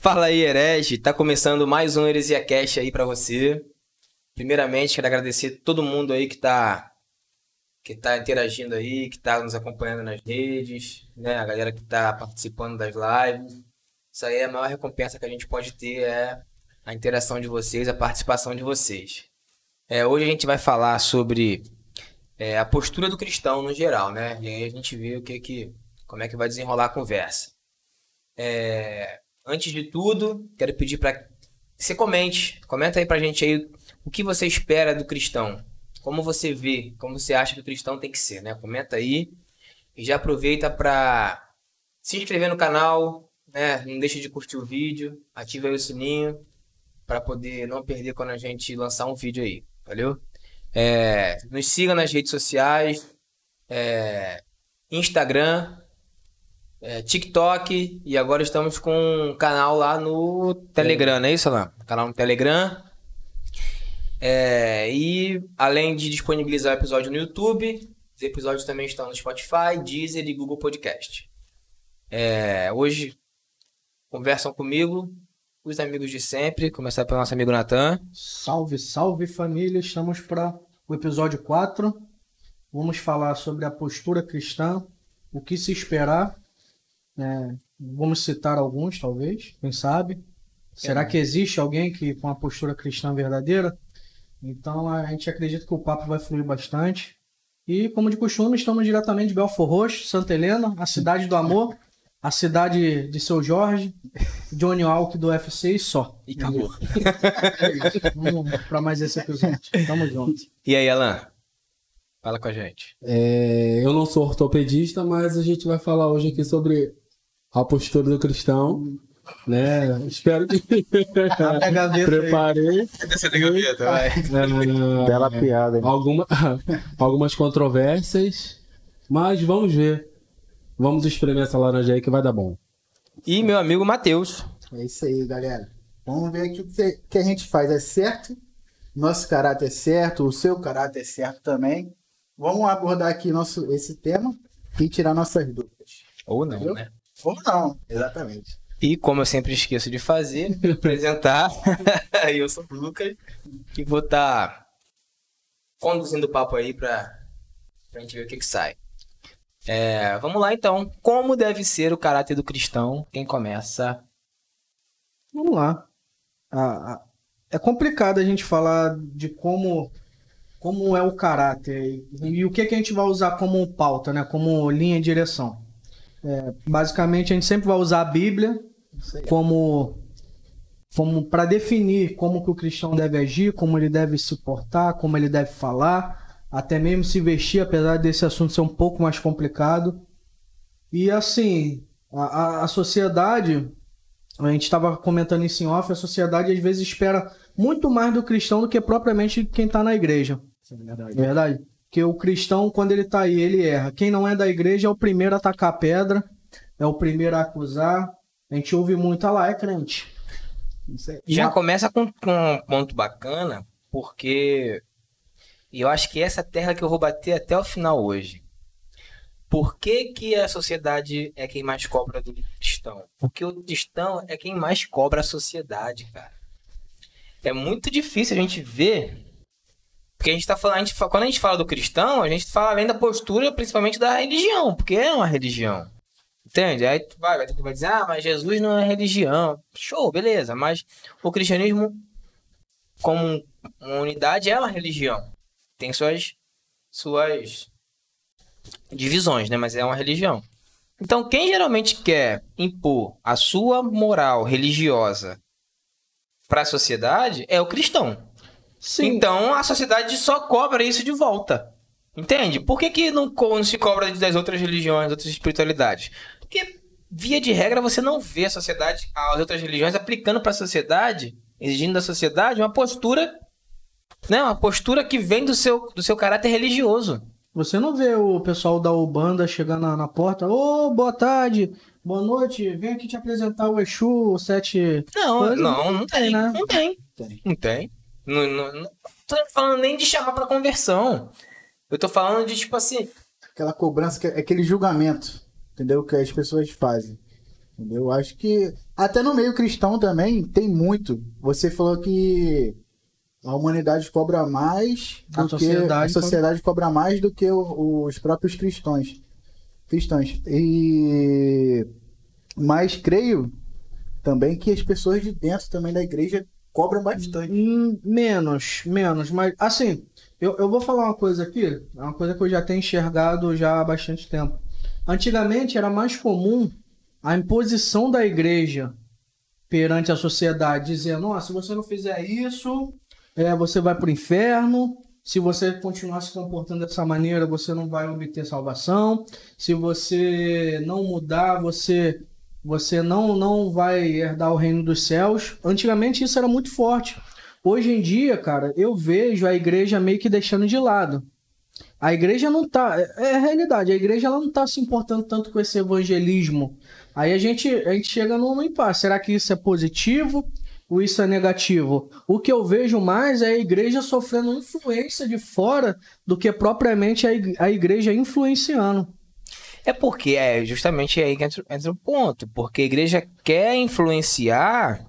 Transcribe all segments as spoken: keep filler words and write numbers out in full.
Fala aí, herege. Tá começando mais um Heresia Cast aí pra você. Primeiramente, quero agradecer todo mundo aí que tá, que tá interagindo aí, que tá nos acompanhando nas redes, né? A galera que tá participando das lives. Isso aí é a maior recompensa que a gente pode ter, é a interação de vocês, a participação de vocês. É, hoje a gente vai falar sobre é, a postura do cristão no geral, né? E aí a gente vê o que que, como é que vai desenrolar a conversa. É, antes de tudo, quero pedir para que você comente, comenta aí pra gente aí o que você espera do cristão, como você vê, como você acha que o cristão tem que ser, né? Comenta aí e já aproveita para se inscrever no canal, né? Não deixe de curtir o vídeo, ativa aí o sininho para poder não perder quando a gente lançar um vídeo aí, valeu? É, nos siga nas redes sociais, é, Instagram, é, TikTok, e agora estamos com um canal lá no Telegram, não é isso, Alain? Canal no Telegram. É, e além de disponibilizar o episódio no YouTube, os episódios também estão no Spotify, Deezer e Google Podcast. É, hoje conversam comigo os amigos de sempre, começar pelo nosso amigo Natan. Salve, salve família, estamos para o episódio quatro. Vamos falar sobre a postura cristã, o que se esperar. É, vamos citar alguns, talvez, quem sabe. Será que existe alguém que com a postura cristã verdadeira? Então a gente acredita que o papo vai fluir bastante. E como de costume, estamos diretamente de Belford Roxo, Santa Helena, a cidade do amor, a cidade de Seu Jorge, Johnny Walk do U F C e só. E acabou. Vamos para mais esse episódio. Tamo junto. E aí, Alain? Fala com a gente. É, eu não sou ortopedista, mas a gente vai falar hoje aqui sobre a postura do cristão, né? Espero que preparei. Desce da gaveta, vai. É, Bela piada, hein? Alguma, algumas controvérsias, mas vamos ver. Vamos espremer essa laranja aí que vai dar bom. E meu amigo Matheus. É isso aí, galera. Vamos ver aqui o que, que a gente faz. É certo? Nosso caráter é certo, o seu caráter é certo também. Vamos abordar aqui nosso, esse tema e tirar nossas dúvidas. Ou não, Entendeu? né? Ou não, exatamente. E como eu sempre esqueço de fazer, apresentar, eu sou o Lucas e vou estar conduzindo o papo aí pra, pra gente ver o que que sai. É, vamos lá então. Como deve ser o caráter do cristão? Quem começa? Vamos lá. Ah, ah, é complicado a gente falar de como, como é o caráter e, e o que, que a gente vai usar como pauta, né? Como linha de direção. É, basicamente, a gente sempre vai usar a Bíblia como, como para definir como que o cristão deve agir, como ele deve se portar, como ele deve falar, até mesmo se vestir, apesar desse assunto ser um pouco mais complicado. E assim, a, a, a sociedade, a gente estava comentando isso em off, a sociedade às vezes espera muito mais do cristão do que propriamente quem está na igreja. Isso é verdade. Verdade? Porque o cristão, quando ele tá aí, ele erra. Quem não é da igreja é o primeiro a tacar pedra, é o primeiro a acusar. A gente ouve muito, ah lá, é crente. Isso é... Já Uma- começa com, com um ponto bacana, porque eu acho que essa terra que eu vou bater até o final hoje. Por que que a sociedade é quem mais cobra do cristão? Porque o cristão é quem mais cobra a sociedade, cara. É muito difícil a gente ver. Porque a gente tá falando, a gente, fa- quando a gente fala do cristão, a gente fala além da postura, principalmente da religião, porque é uma religião. Entende? Aí tu vai, vai ter que vai dizer, ah, mas Jesus não é religião. Show, beleza, mas o cristianismo, como uma unidade, é uma religião. Tem suas, suas divisões, né? Mas é uma religião. Então, quem geralmente quer impor a sua moral religiosa para a sociedade é o cristão. Sim, Então a sociedade só cobra isso de volta. Entende? Por que, que não, co- não se cobra das outras religiões, das outras espiritualidades? Porque, via de regra, você não vê a sociedade, as outras religiões aplicando para a sociedade, exigindo da sociedade uma postura, né? Uma postura que vem do seu, do seu caráter religioso. você não vê o pessoal da Ubanda chegando na, na porta, ô, boa tarde, boa noite, vem aqui te apresentar o Exu, o sete... Não, Coisa, não, não tem, né? não tem. Tem. Não tem. Não, não, não tô falando nem de chamar para conversão. Eu tô falando de, tipo assim, Aquela cobrança, que é aquele julgamento, entendeu? Que as pessoas fazem. Entendeu? Eu acho que até no meio cristão também tem muito. Você falou que a humanidade cobra mais do A que sociedade a sociedade cobra mais do que o- os próprios cristãos. Cristãos. E mas creio também que as pessoas de dentro também da igreja cobram bastante. Hum, Menos, menos. Mas, assim, eu, eu vou falar uma coisa aqui, é uma coisa que eu já tenho enxergado já há bastante tempo. Antigamente era mais comum a imposição da igreja perante a sociedade, dizendo, ó, se você não fizer isso, é, você vai para o inferno. Se você continuar se comportando dessa maneira, você não vai obter salvação. Se você não mudar, você, você não, não vai herdar o reino dos céus. Antigamente isso era muito forte. Hoje em dia, cara, eu vejo a igreja meio que deixando de lado. A igreja não tá... É, é a realidade, a igreja ela não tá se importando tanto com esse evangelismo. Aí a gente, a gente chega num impasse. Será que isso é positivo ou isso é negativo? O que eu vejo mais é a igreja sofrendo influência de fora do que propriamente a ig- a igreja influenciando. É porque é justamente aí que entra, entra o ponto. Porque a igreja quer influenciar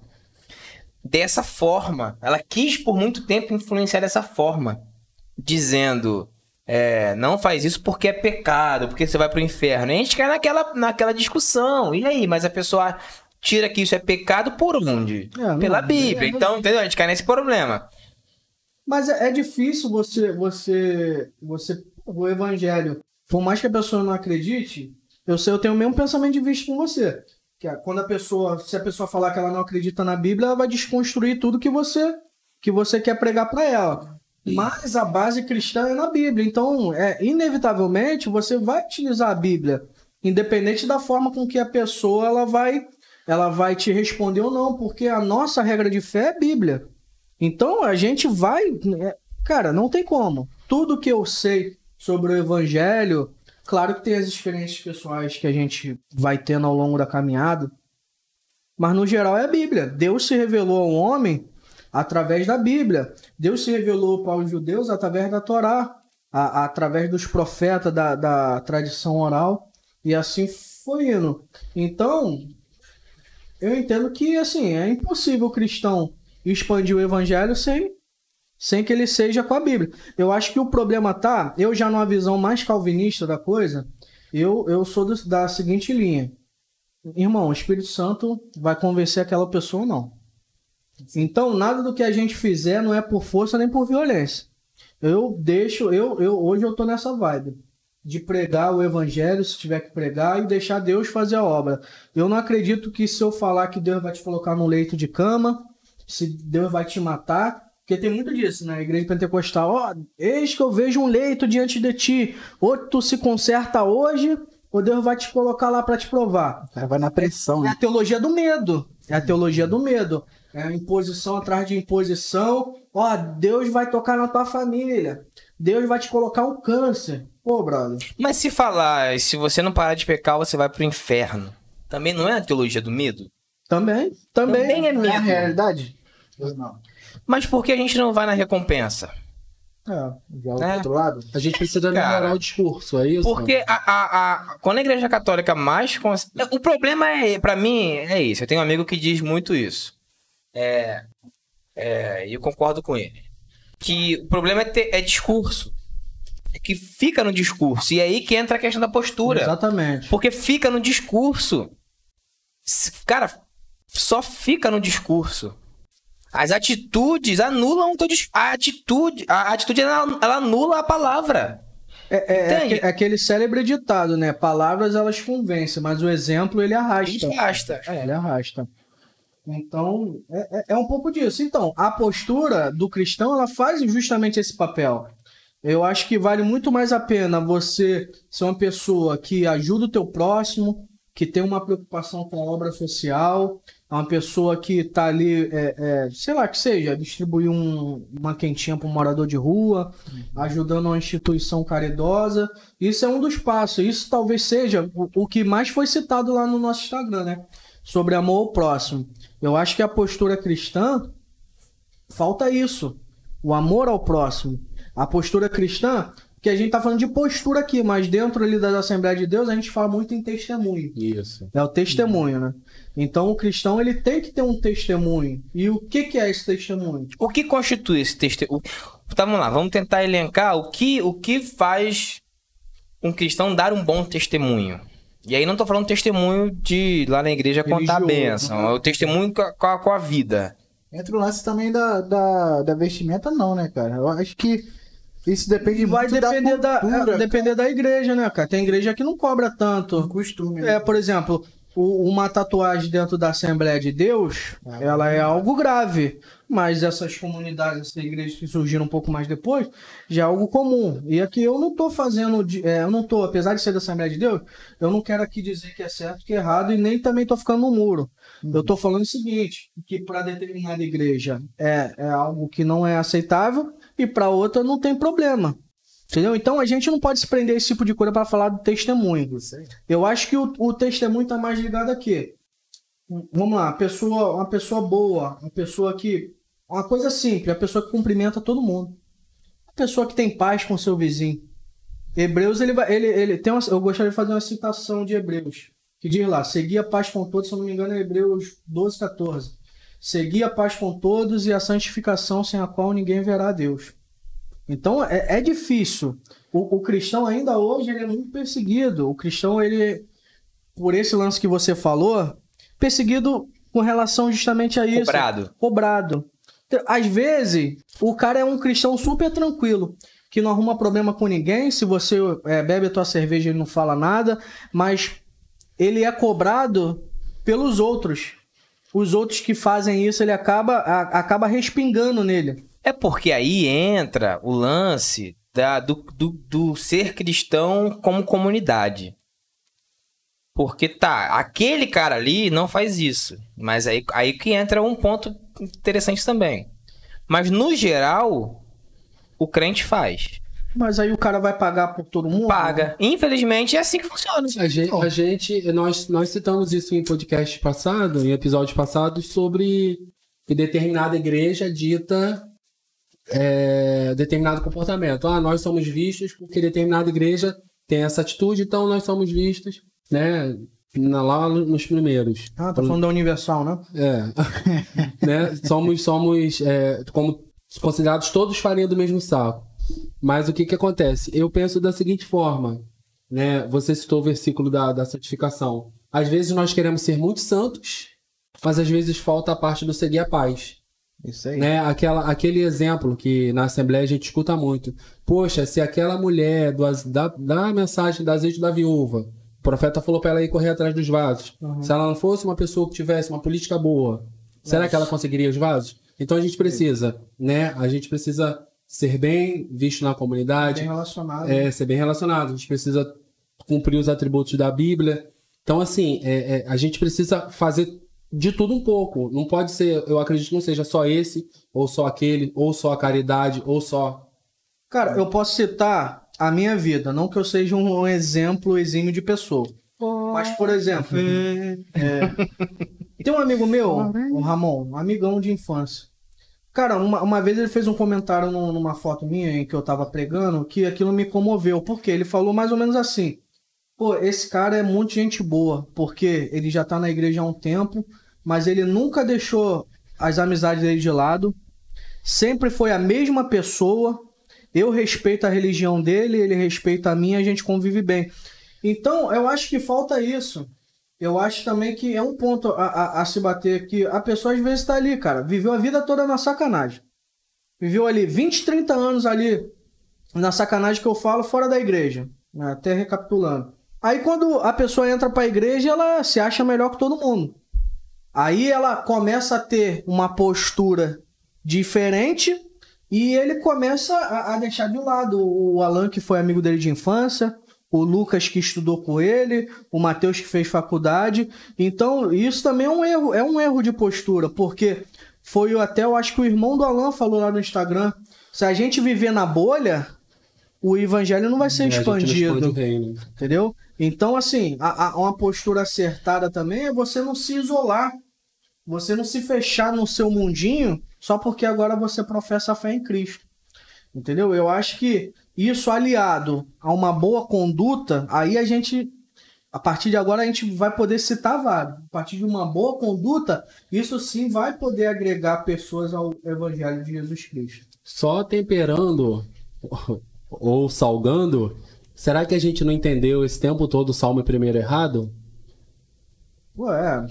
dessa forma. Ela quis por muito tempo influenciar dessa forma. Dizendo, é, não faz isso porque é pecado, porque você vai pro inferno. E a gente cai naquela, naquela discussão. E aí? Mas a pessoa tira que isso é pecado por onde? É, não, Pela Bíblia. é- Então, entendeu? A gente cai nesse problema. Mas é, é difícil você, você, você, o evangelho, por mais que a pessoa não acredite, eu sei, eu tenho o mesmo pensamento de vista com você. Que é, quando a pessoa, se a pessoa falar que ela não acredita na Bíblia, ela vai desconstruir tudo que você, que você quer pregar para ela. Mas a base cristã é na Bíblia. Então, é, inevitavelmente, você vai utilizar a Bíblia, independente da forma com que a pessoa ela vai, ela vai te responder ou não, porque a nossa regra de fé é Bíblia. Então, a gente vai... é, Cara, não tem como. Tudo que eu sei sobre o Evangelho, claro que tem as experiências pessoais que a gente vai tendo ao longo da caminhada, mas no geral é a Bíblia. Deus se revelou ao homem através da Bíblia. Deus se revelou para os judeus através da Torá, a- através dos profetas da, da tradição oral, e assim foi indo. Então, eu entendo que assim, é impossível o cristão expandir o evangelho sem, sem que ele seja com a Bíblia. Eu acho que o problema tá, eu já numa visão mais calvinista da coisa, eu, eu sou do- da seguinte linha. Irmão, o Espírito Santo vai convencer aquela pessoa ou não. Então, nada do que a gente fizer não é por força nem por violência. Eu deixo, eu, eu hoje eu tô nessa vibe de pregar o evangelho, se tiver que pregar, e deixar Deus fazer a obra. Eu não acredito que se eu falar que Deus vai te colocar num leito de cama, se Deus vai te matar, porque tem muito disso, né? A igreja pentecostal, ó, eis que eu vejo um leito diante de ti, ou tu se conserta hoje, ou Deus vai te colocar lá para te provar. O cara vai na pressão, É né? a teologia do medo. É a teologia do medo. É a imposição atrás de imposição. Ó, Deus vai tocar na tua família. Deus vai te colocar um câncer. Pô, brother. Mas se falar, se você não parar de pecar, você vai pro inferno. Também não é a teologia do medo? Também, também. Também é Não é a medo. realidade? Eu não. Mas por que a gente não vai na recompensa? É. Já o É. outro lado? A gente precisa Cara, melhorar o discurso, é isso? Porque a, a, a- quando a igreja católica mais... cons- O problema é, pra mim, é isso. Eu tenho um amigo que diz muito isso. É, é, e eu concordo com ele. Que o problema é, ter, é discurso. É que fica no discurso. E é aí que entra a questão da postura. Exatamente. Porque fica no discurso. S- Cara, só fica no discurso. As atitudes anulam o teu discurso. A atitude, a atitude ela, ela anula a palavra. É, é, é, Entende? aque- é aquele célebre ditado, né? Palavras elas convencem, mas o exemplo ele arrasta. Basta. É. Ele arrasta. Então, é, é- é um pouco disso. Então, a postura do cristão, ela faz justamente esse papel. Eu acho que vale muito mais a pena você ser uma pessoa que ajuda o teu próximo, que tem uma preocupação com a obra social, é uma pessoa que está ali, é, é, sei lá, que seja, distribuir um- uma quentinha para um morador de rua, ajudando uma instituição caridosa. Isso é um dos passos. Isso talvez seja o, o que mais foi citado lá no nosso Instagram, né? Sobre amor ao próximo. Eu acho que a postura cristã falta isso. O amor ao próximo. A postura cristã, Porque a gente tá falando de postura aqui, mas dentro ali da Assembleia de Deus a gente fala muito em testemunho. Isso. É o testemunho, né? Então o cristão ele tem que ter um testemunho. E o que, que é esse testemunho? O que constitui esse testemunho? Tá, vamos lá, vamos tentar elencar o que, o que faz um cristão dar um bom testemunho. E aí não tô falando testemunho de lá na igreja contar a Religioso, bênção, é o testemunho com a, com a- com a vida. Entra o lance também da, da, da vestimenta, não, né, cara? Eu acho que isso depende Vai muito depender da, cultura, é, depender da igreja, né, cara? Tem igreja que não cobra do tanto. costume. É, por exemplo, o- uma tatuagem dentro da Assembleia de Deus, Ah, ela é algo grave. Mas essas comunidades, essas igrejas que surgiram um pouco mais depois, já é algo comum. E aqui eu não tô fazendo, de- é, eu não tô, apesar de ser da Assembleia de Deus, eu não quero aqui dizer que é certo, que é errado, e nem também tô ficando no muro. Eu tô falando o seguinte, que para determinada igreja é, é algo que não é aceitável, e para outra não tem problema. Entendeu? Então a gente não pode se prender a esse tipo de coisa para falar do testemunho. Isso aí. Eu acho que o, o testemunho tá mais ligado a quê? Vamos lá, uma pessoa, uma pessoa boa, uma pessoa que... Uma coisa simples, a pessoa que cumprimenta todo mundo. A pessoa que tem paz com seu vizinho. Hebreus, ele vai... Ele, ele tem uma, eu gostaria de fazer uma citação de Hebreus, que diz lá, segui a paz com todos, se eu não me engano é Hebreus doze, catorze. Segui a paz com todos e a santificação sem a qual ninguém verá a Deus. Então é, é difícil. O, o cristão ainda hoje ele é muito perseguido. O cristão, ele, por esse lance que você falou, perseguido com relação justamente a isso. Cobrado. Cobrado. Às vezes, o cara é um cristão super tranquilo, que não arruma problema com ninguém. Se você é, bebe a tua cerveja, ele não fala nada, mas ele é cobrado pelos outros. Os outros que fazem isso, ele acaba, a, acaba respingando nele. É porque aí entra o lance da, do, do, do ser cristão como comunidade. Porque tá, aquele cara ali não faz isso. Mas aí, aí que entra um ponto interessante também. Mas no geral, o crente faz. Mas aí o cara vai pagar por todo mundo? Paga. Infelizmente é assim que funciona. A gente, a gente nós, nós citamos isso em podcast passado, em episódios passados, sobre que determinada igreja dita é, determinado comportamento. Ah, nós somos vistos porque determinada igreja tem essa atitude, então nós somos vistos, né? Na- Lá nos primeiros. Ah, tá falando da Universal, né? É. Né? Somos, somos é, como considerados todos farinha do mesmo saco. Mas o que que acontece? Eu penso da seguinte forma, né? Você citou o versículo da, da santificação. Às vezes nós queremos ser muito santos, mas às vezes falta a parte do seguir a paz. Isso aí. Né? Aquela, aquele exemplo que na Assembleia a gente escuta muito. Poxa, se aquela mulher do, az- da, da mensagem do azeite da viúva, o profeta falou para ela ir correr atrás dos vasos. Uhum. Se ela não fosse uma pessoa que tivesse uma política boa, será que ela conseguiria os vasos? Então a gente precisa, né? A gente precisa ser bem visto na comunidade, Bem relacionado. é, ser bem relacionado. A gente precisa cumprir os atributos da Bíblia. Então, assim, é, é, a gente precisa fazer de tudo um pouco. Não pode ser, eu acredito que não seja só esse, ou só aquele, ou só a caridade, ou só... Cara, eu posso citar a minha vida, não que eu seja um exemplo exímio de pessoa. Mas, por exemplo, é, tem um amigo meu, o Ramon, um amigão de infância. Cara, uma, uma vez ele fez um comentário num- numa foto minha em que eu tava pregando, que aquilo me comoveu, porque ele falou mais ou menos assim: pô, esse cara é muito gente boa, porque ele já tá na igreja há um tempo, mas ele nunca deixou as amizades dele de lado, sempre foi a mesma pessoa, eu respeito a religião dele, ele respeita a minha, a gente convive bem. Então, eu acho que falta isso. Eu acho também que é um ponto a, a, a se bater, que a pessoa às vezes tá ali, cara, viveu a vida toda na sacanagem. Viveu ali vinte, trinta anos ali na sacanagem que eu falo fora da igreja, né? Até recapitulando. Aí quando a pessoa entra pra igreja, ela se acha melhor que todo mundo. Aí ela começa a ter uma postura diferente e ele começa a, a deixar de lado o Alan, que foi amigo dele de infância, o Lucas, que estudou com ele, o Matheus, que fez faculdade. Então, isso também é um erro, é um erro de postura, porque foi até, eu acho que o irmão do Alan falou lá no Instagram, se a gente viver na bolha, o evangelho não vai ser É, a gente não expandido. expande o reino. Entendeu? Então, assim, a, a- uma postura acertada também é você não se isolar. Você não se fechar no seu mundinho só porque agora você professa a fé em Cristo. Entendeu? Eu acho que isso aliado a uma boa conduta, aí a gente, a partir de agora, a gente vai poder citar vários. A partir de uma boa conduta, isso sim vai poder agregar pessoas ao Evangelho de Jesus Cristo. Só temperando ou salgando, será que a gente não entendeu esse tempo todo o Salmo primeiro errado? Ué,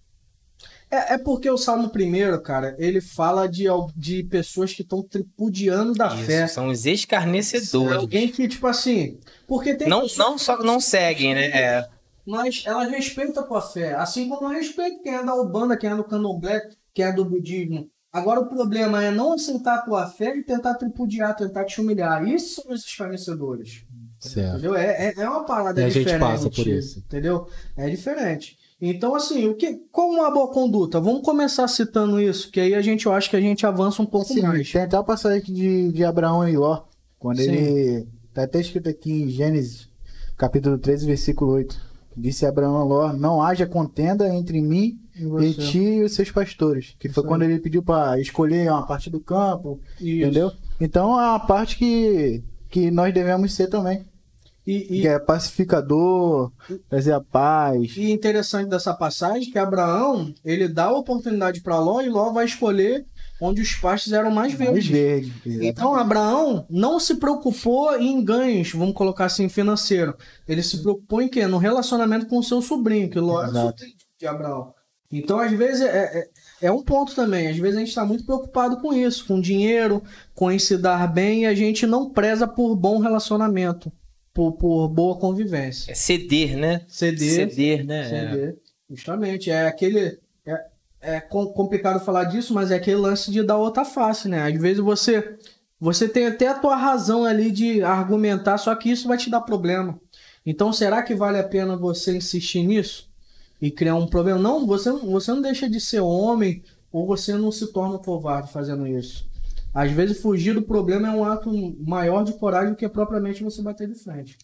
é, é porque o Salmo primeiro, cara, ele fala de, de pessoas que estão tripudiando da Isso, fé. são os É escarnecedores. alguém que, tipo assim... Porque tem Não, pessoas não só não seguem, né? É. Mas elas respeitam a tua fé, assim como eu respeito quem é da Umbanda, quem é do Candomblé, quem é do budismo. Agora o problema é não aceitar a tua fé e tentar tripudiar, tentar te humilhar. Isso são os escarnecedores. Certo. Entendeu? É, é, é uma parada E a diferente. gente passa por isso. Entendeu? É diferente. Então, assim, o que, como uma boa conduta? Vamos começar citando isso, que aí a gente, eu acho que a gente avança um pouco Assim, mais. tem até a passagem aqui de, de Abraão e Ló, quando Sim. ele... Tá até escrito aqui em Gênesis, capítulo treze, versículo oito. Disse Abraão a Ló, não haja contenda entre mim E e você? ti e os seus pastores. Que foi Isso quando aí. ele pediu para escolher uma parte do campo, Isso. entendeu? Então é a parte que, que nós devemos ser também. E, e, Que é pacificador, trazer a paz. E interessante dessa passagem que Abraão, ele dá a oportunidade para Ló e Ló vai escolher onde os pastos eram mais Mais verdes. verde. exatamente. Então Abraão não se preocupou em ganhos, vamos colocar assim, financeiro. Ele se preocupou em quê? No relacionamento com o seu sobrinho, que Ló era Exato. sobrinho de Abraão. Então, às vezes, é, é, é um ponto também. Às vezes a gente está muito preocupado com isso, com dinheiro, com em se dar bem, e a gente não preza por bom relacionamento, por, por boa convivência. É ceder, né? Ceder, Ceder, né? É. Ceder, justamente. É aquele. É, é com- complicado falar disso, mas é aquele lance de dar outra face, né? Às vezes você, você tem até a tua razão ali de argumentar, só que isso vai te dar problema. Então, será que vale a pena você insistir nisso? E criar um problema? Não, você, você não deixa de ser homem, ou você não se torna um covarde fazendo isso. Às vezes, fugir do problema é um ato maior de coragem do que propriamente você bater de frente.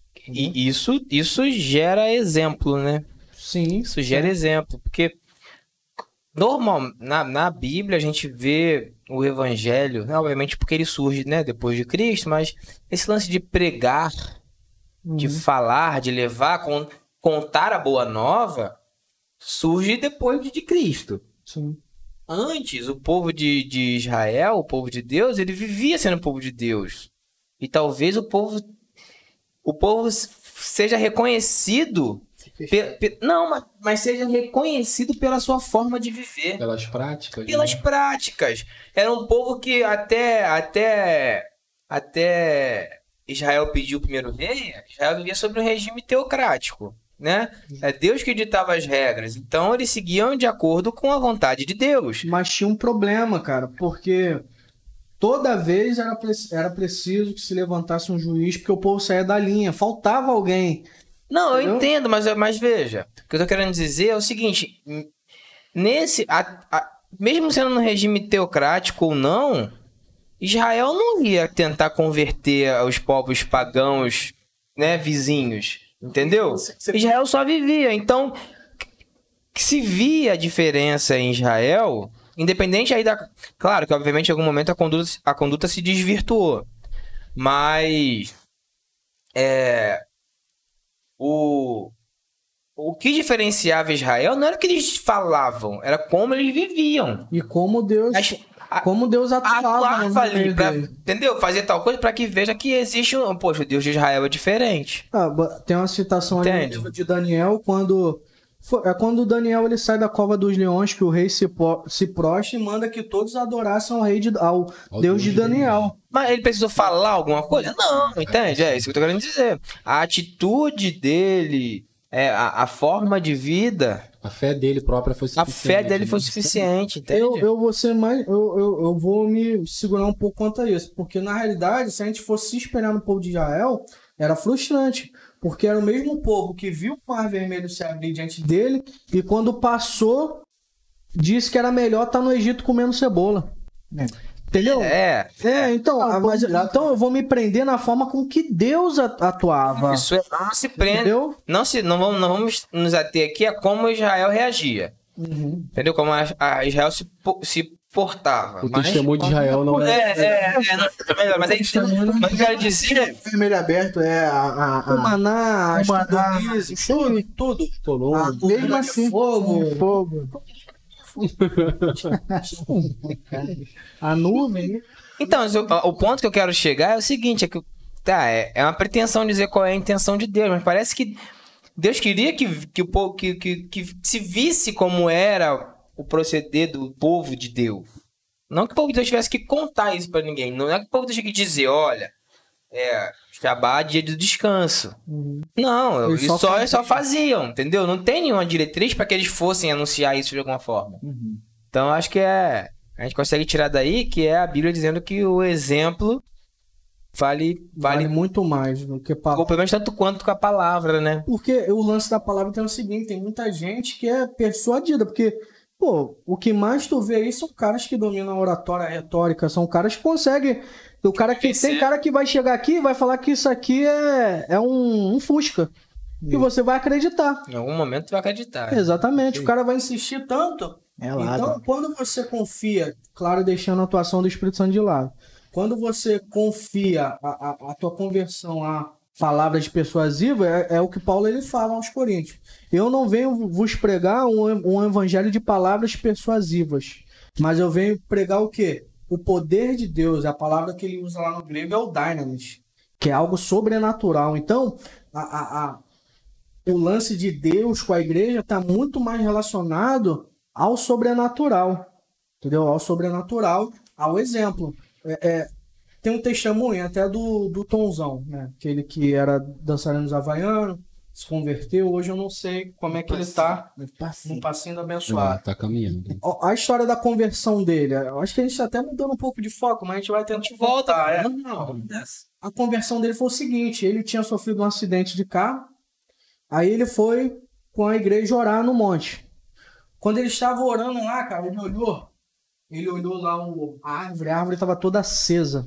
E isso, isso gera exemplo, né? Sim. Isso gera exemplo, porque normal, na, na Bíblia a gente vê o evangelho, né, obviamente porque ele surge, né, depois de Cristo, mas esse lance de pregar, de falar, de levar, con- contar a boa nova, surge depois de Cristo. Sim. Antes, o povo de, de Israel, o povo de Deus, ele vivia sendo povo de Deus. E talvez o povo, o povo seja reconhecido Pe- pe- não, mas, mas seja reconhecido pela sua forma de viver, Pelas práticas. pelas né? práticas. Era um povo que até, até, até Israel pediu o primeiro rei, Israel vivia sobre um regime teocrático, né? É Deus que ditava as regras, então eles seguiam de acordo com a vontade de Deus. Mas tinha um problema, cara, porque toda vez era, pre- era preciso que se levantasse um juiz, porque o povo saía da linha, faltava alguém. Não, eu Entendeu? entendo, mas, mas veja, o que eu tô querendo dizer é o seguinte, nesse, a- a- mesmo sendo no regime teocrático ou não, Israel não ia tentar converter os povos pagãos, né, vizinhos, entendeu? Israel só vivia, então que se via a diferença em Israel, independente aí da... Claro que obviamente em algum momento a conduta, a conduta se desvirtuou, mas é, o, o que diferenciava Israel não era o que eles falavam, era como eles viviam. E como Deus, As- a- como Deus atuava, Atuava no ali, meio pra, deles. entendeu? Fazer tal coisa para que veja que existe um... Poxa, o Deus de Israel é diferente. Ah, ba- tem uma citação ali no Entende? livro de Daniel, quando foi- é quando Daniel ele sai da cova dos leões, que o rei se, po- se prostra e manda que todos adorassem ao rei de, ao Ao Deus de Deus de Daniel. Mas ele precisou falar alguma coisa? Não, entende? É isso que eu tô querendo dizer. A atitude dele, é, a, a forma de vida, A fé dele própria foi a suficiente. fé dele foi né? suficiente, entende? Eu, eu vou ser mais. Eu, eu, eu vou me segurar um pouco quanto a isso. Porque, na realidade, se a gente fosse se espelhar no povo de Israel, era frustrante. Porque era o mesmo povo que viu o Mar Vermelho se abrir diante dele e, quando passou, disse que era melhor estar no Egito comendo cebola. Entendeu? É, É, então, Ah, mas- bom, já- então eu vou me prender na forma com que Deus a- atuava. isso é, não se prende. Entendeu? Não, se, não, vamos, não vamos nos ater aqui a como Israel reagia. Uhum. Entendeu? Como a, a Israel se, po- se portava. O mas... testemunho de Israel não é. É, é, é, não, é melhor, mas aí, mas eu quero dizer, Vermelho aberto é a. a, a O maná, as o maná, cordonizes, tudo, tudo. Tornou. Ah, mesmo assim. fogo, Fogo. a nuvem. então, o, o ponto que eu quero chegar é o seguinte, é que, tá, é, é uma pretensão dizer qual é a intenção de Deus, mas parece que Deus queria que, que, o povo, que, que, que se visse como era o proceder do povo de Deus. Não que o povo de Deus tivesse que contar isso pra ninguém. Não é que o povo de Deus tinha que dizer, olha, é, Shabbat, dia do descanso. Uhum. Não, Eles eles só só, faziam. eles só faziam, entendeu? Não tem nenhuma diretriz pra que eles fossem anunciar isso de alguma forma. Uhum. Então, acho que é... A gente consegue tirar daí que é a Bíblia dizendo que o exemplo vale, Vale vale, muito mais do que palavra. ou pelo menos tanto quanto com a palavra, né? Porque o lance da palavra tem o seguinte, tem muita gente que é persuadida, porque, pô, o que mais tu vê aí são caras que dominam a oratória, a retórica, são caras que conseguem... O cara que, tem cara que vai chegar aqui e vai falar que isso aqui é, é um, um Fusca. E você vai acreditar. Em algum momento tu vai acreditar. né? Exatamente. O cara vai insistir tanto. É lá, Então, quando você confia, claro, deixando a atuação do Espírito Santo de lado, quando você confia a, a, a tua conversão a palavras persuasivas, é, é o que Paulo ele fala aos Coríntios. Eu não venho vos pregar um, um evangelho de palavras persuasivas, mas eu venho pregar o quê? O poder de Deus. A palavra que ele usa lá no grego é o dynamis, que é algo sobrenatural. Então, a, a, a, o lance de Deus com a igreja está muito mais relacionado ao sobrenatural, entendeu? Ao sobrenatural, ao exemplo. É, é, tem um testemunho até do, do Tonzão, né? Aquele que era dançarino havaiano, se converteu. Hoje eu não sei como é que ele tá no passinho do abençoado. Ah, tá caminhando. A a história da conversão dele, eu acho que a gente tá até mudando um pouco de foco, mas a gente vai tentar voltar. É. Não, A conversão dele foi o seguinte, ele tinha sofrido um acidente de carro, aí ele foi com a igreja orar no monte. Quando ele estava orando lá, cara, ele olhou, ele olhou lá o, a árvore, a árvore estava toda acesa.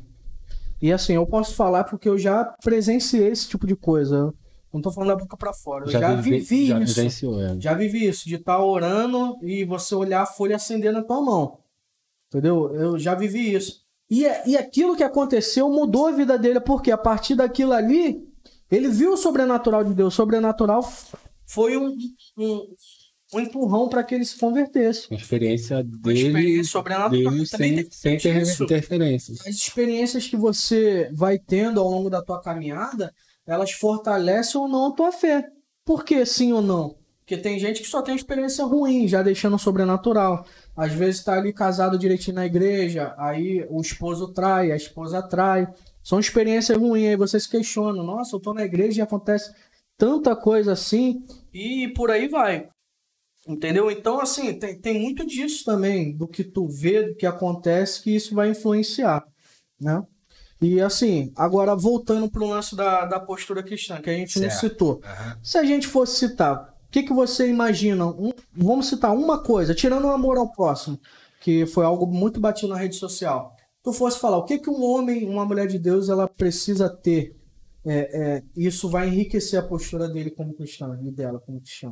E assim, eu posso falar porque eu já presenciei esse tipo de coisa. Eu não tô falando da boca pra fora, eu já, vive- vivi já isso. vivenciou, é. Já vivi isso, de estar orando e você olhar a folha acender na tua mão. Entendeu? Eu já vivi isso. E, e aquilo que aconteceu mudou a vida dele, porque a partir daquilo ali, ele viu o sobrenatural de Deus. O sobrenatural f- foi um, um, um empurrão para que ele se convertesse. A experiência Uma dele, experiência sobrenatural. dele Também sem, tem sem ter isso. interferências. As experiências que você vai tendo ao longo da tua caminhada, elas fortalecem ou não a tua fé. Por que sim ou não? Porque tem gente que só tem experiência ruim, já deixando o sobrenatural. Às vezes tá ali casado direitinho na igreja, aí o esposo trai, a esposa trai. São experiências ruins, aí você se questiona. Nossa, eu tô na igreja e acontece tanta coisa assim, e por aí vai. Entendeu? Então, assim, tem, tem muito disso também, do que tu vê, do que acontece, que isso vai influenciar, né? E assim, agora voltando pro lance da, da postura cristã, que a gente não Certo. citou. Aham. Se a gente fosse citar, o que, que você imagina? Um- vamos citar uma coisa, tirando o amor ao próximo, que foi algo muito batido na rede social. Tu fosse falar, o que, que um homem, uma mulher de Deus, ela precisa ter? É, é, isso vai enriquecer a postura dele como cristã, e dela como cristã.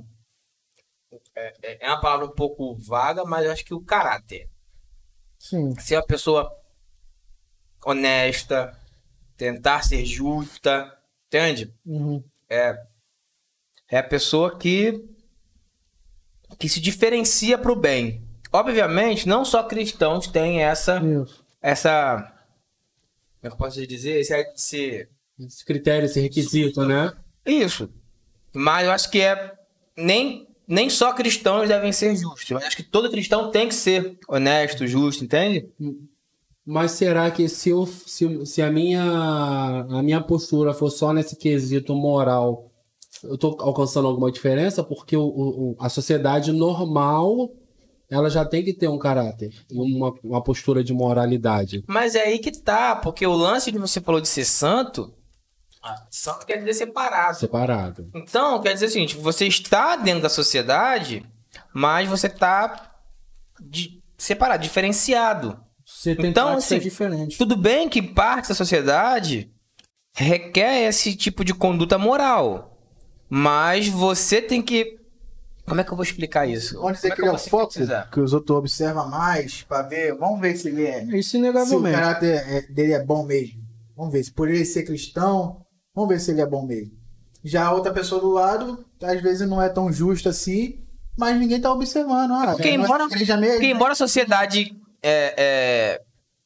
É é uma palavra um pouco vaga, mas eu acho que o caráter. Sim. Ser uma pessoa honesta, tentar ser justa, entende? Uhum. É a pessoa que que se diferencia pro bem. Obviamente, não só cristãos têm essa Isso. essa como é que eu posso dizer? Esse, esse Esse critério, esse requisito, né? isso. Mas eu acho que é nem nem só cristãos devem ser justos. Eu acho que todo cristão tem que ser honesto, justo, entende? Mas será que se, eu, se, se a, minha, a minha postura for só nesse quesito moral, eu tô alcançando alguma diferença? Porque o, o, a sociedade normal, ela já tem que ter um caráter, uma, uma postura de moralidade. Mas é aí que tá, porque o lance de você falou de ser santo, ah, santo quer dizer separado. Separado. Então, quer dizer o seguinte, você está dentro da sociedade, mas você está di- separado, diferenciado. Você tem Então, práticas assim, diferentes. Tudo bem que parte da sociedade requer esse tipo de conduta moral, mas você tem que Como é que eu vou explicar isso? Vamos dizer Como que ele é eu o vou foco, sintetizar? que os outros observam mais, pra ver, vamos ver se ele é... Isso Se o inegavelmente. caráter é- dele é bom mesmo. Vamos ver, se por ele ser cristão, vamos ver se ele é bom mesmo. Já a outra pessoa do lado, às vezes não é tão justo assim, mas ninguém tá observando. Ah, Porque é, nossa embora- igreja mesmo, Porque embora a sociedade é, é,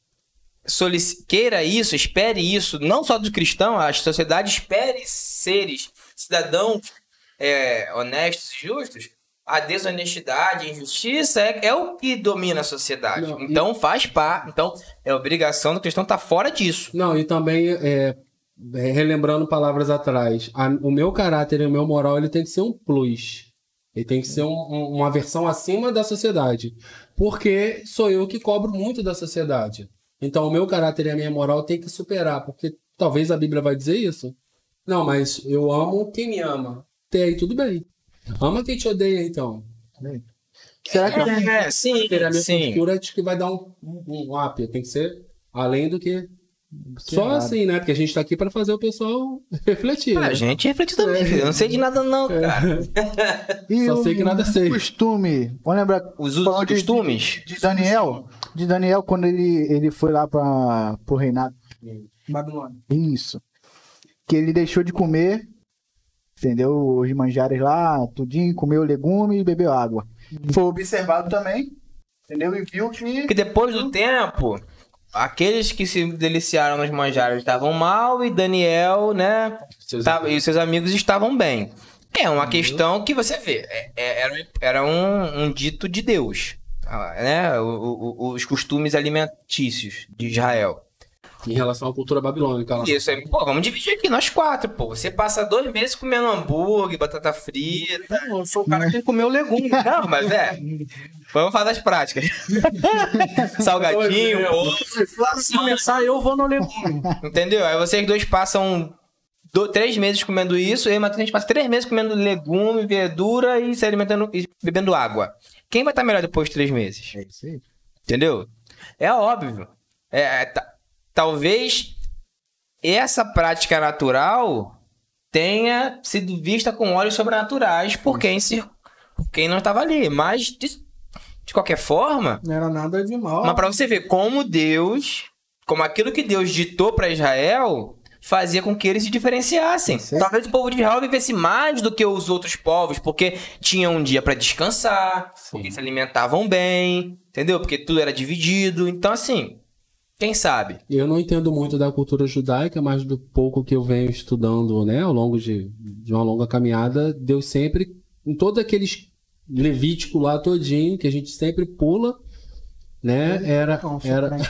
solici- queira isso, espere isso, não só do cristão, a sociedade espere seres, cidadãos é, honestos e justos, a desonestidade, a injustiça é, é o que domina a sociedade. Não, e- Então faz parte, então é obrigação do cristão estar fora disso. Não, e também, é, é, relembrando palavras atrás, a- o meu caráter e o meu moral, ele tem que ser um plus. Ele tem que ser um- um- uma versão acima da sociedade. Porque sou eu que cobro muito da sociedade. Então, o meu caráter e a minha moral tem que superar. Porque talvez a Bíblia vai dizer isso. Não, mas eu amo quem me ama. Até aí, tudo bem. Ama quem te odeia, então. será que tem? É, sim, Ter a minha sim. postura acho que vai dar um, um, um up. Tem que ser além do que... Só assim, né? Porque a gente tá aqui pra fazer o pessoal refletir. Ah, né? a gente reflete também, filho. Eu não sei de nada não, cara. E Só o sei que nada sei. costume, vamos lembrar, Os usos falou e de- costumes. de Daniel, de Daniel quando ele, ele foi lá para pro reinado. Babilônia. Isso. Que ele deixou de comer, entendeu? Os manjares lá, tudinho, comeu legume e bebeu água. Foi observado também, entendeu? E viu que... Porque depois do tempo, aqueles que se deliciaram nos manjares estavam mal e Daniel, né? Seus tava- e seus amigos estavam bem. É uma questão que você vê. é- é- era era um, um dito de Deus. ah, Né? O- o- os costumes alimentícios de Israel. Em relação à cultura babilônica. Lá. Isso aí, pô, vamos dividir aqui, nós quatro, pô. Você passa dois meses comendo hambúrguer, batata frita. Eu sou o cara que tem que comer o legume. Não, mas é. Vamos falar das práticas. Salgadinho, ovo. Se começar, eu vou no legume. Entendeu? Aí vocês dois passam do- três meses comendo isso, eu e o Matheus, a gente passa três meses comendo legume, verdura e se alimentando e bebendo água. Quem vai estar melhor depois de três meses? É isso aí. Entendeu? É óbvio. É, é, ta- talvez essa prática natural tenha sido vista com olhos sobrenaturais por quem, se, por quem não estava ali. Mas, de, de qualquer forma, Não era nada de mal. mas para você ver como Deus, como aquilo que Deus ditou para Israel, fazia com que eles se diferenciassem. Sim. Talvez o povo de Israel vivesse mais do que os outros povos, porque tinham um dia para descansar, porque se alimentavam bem, entendeu? Porque tudo era dividido. Então, assim, quem sabe? Eu não entendo muito da cultura judaica, mas do pouco que eu venho estudando, né, ao longo de, de uma longa caminhada, Deus sempre, em todos aqueles Levítico lá todinho, que a gente sempre pula, né, era... Não, sou era...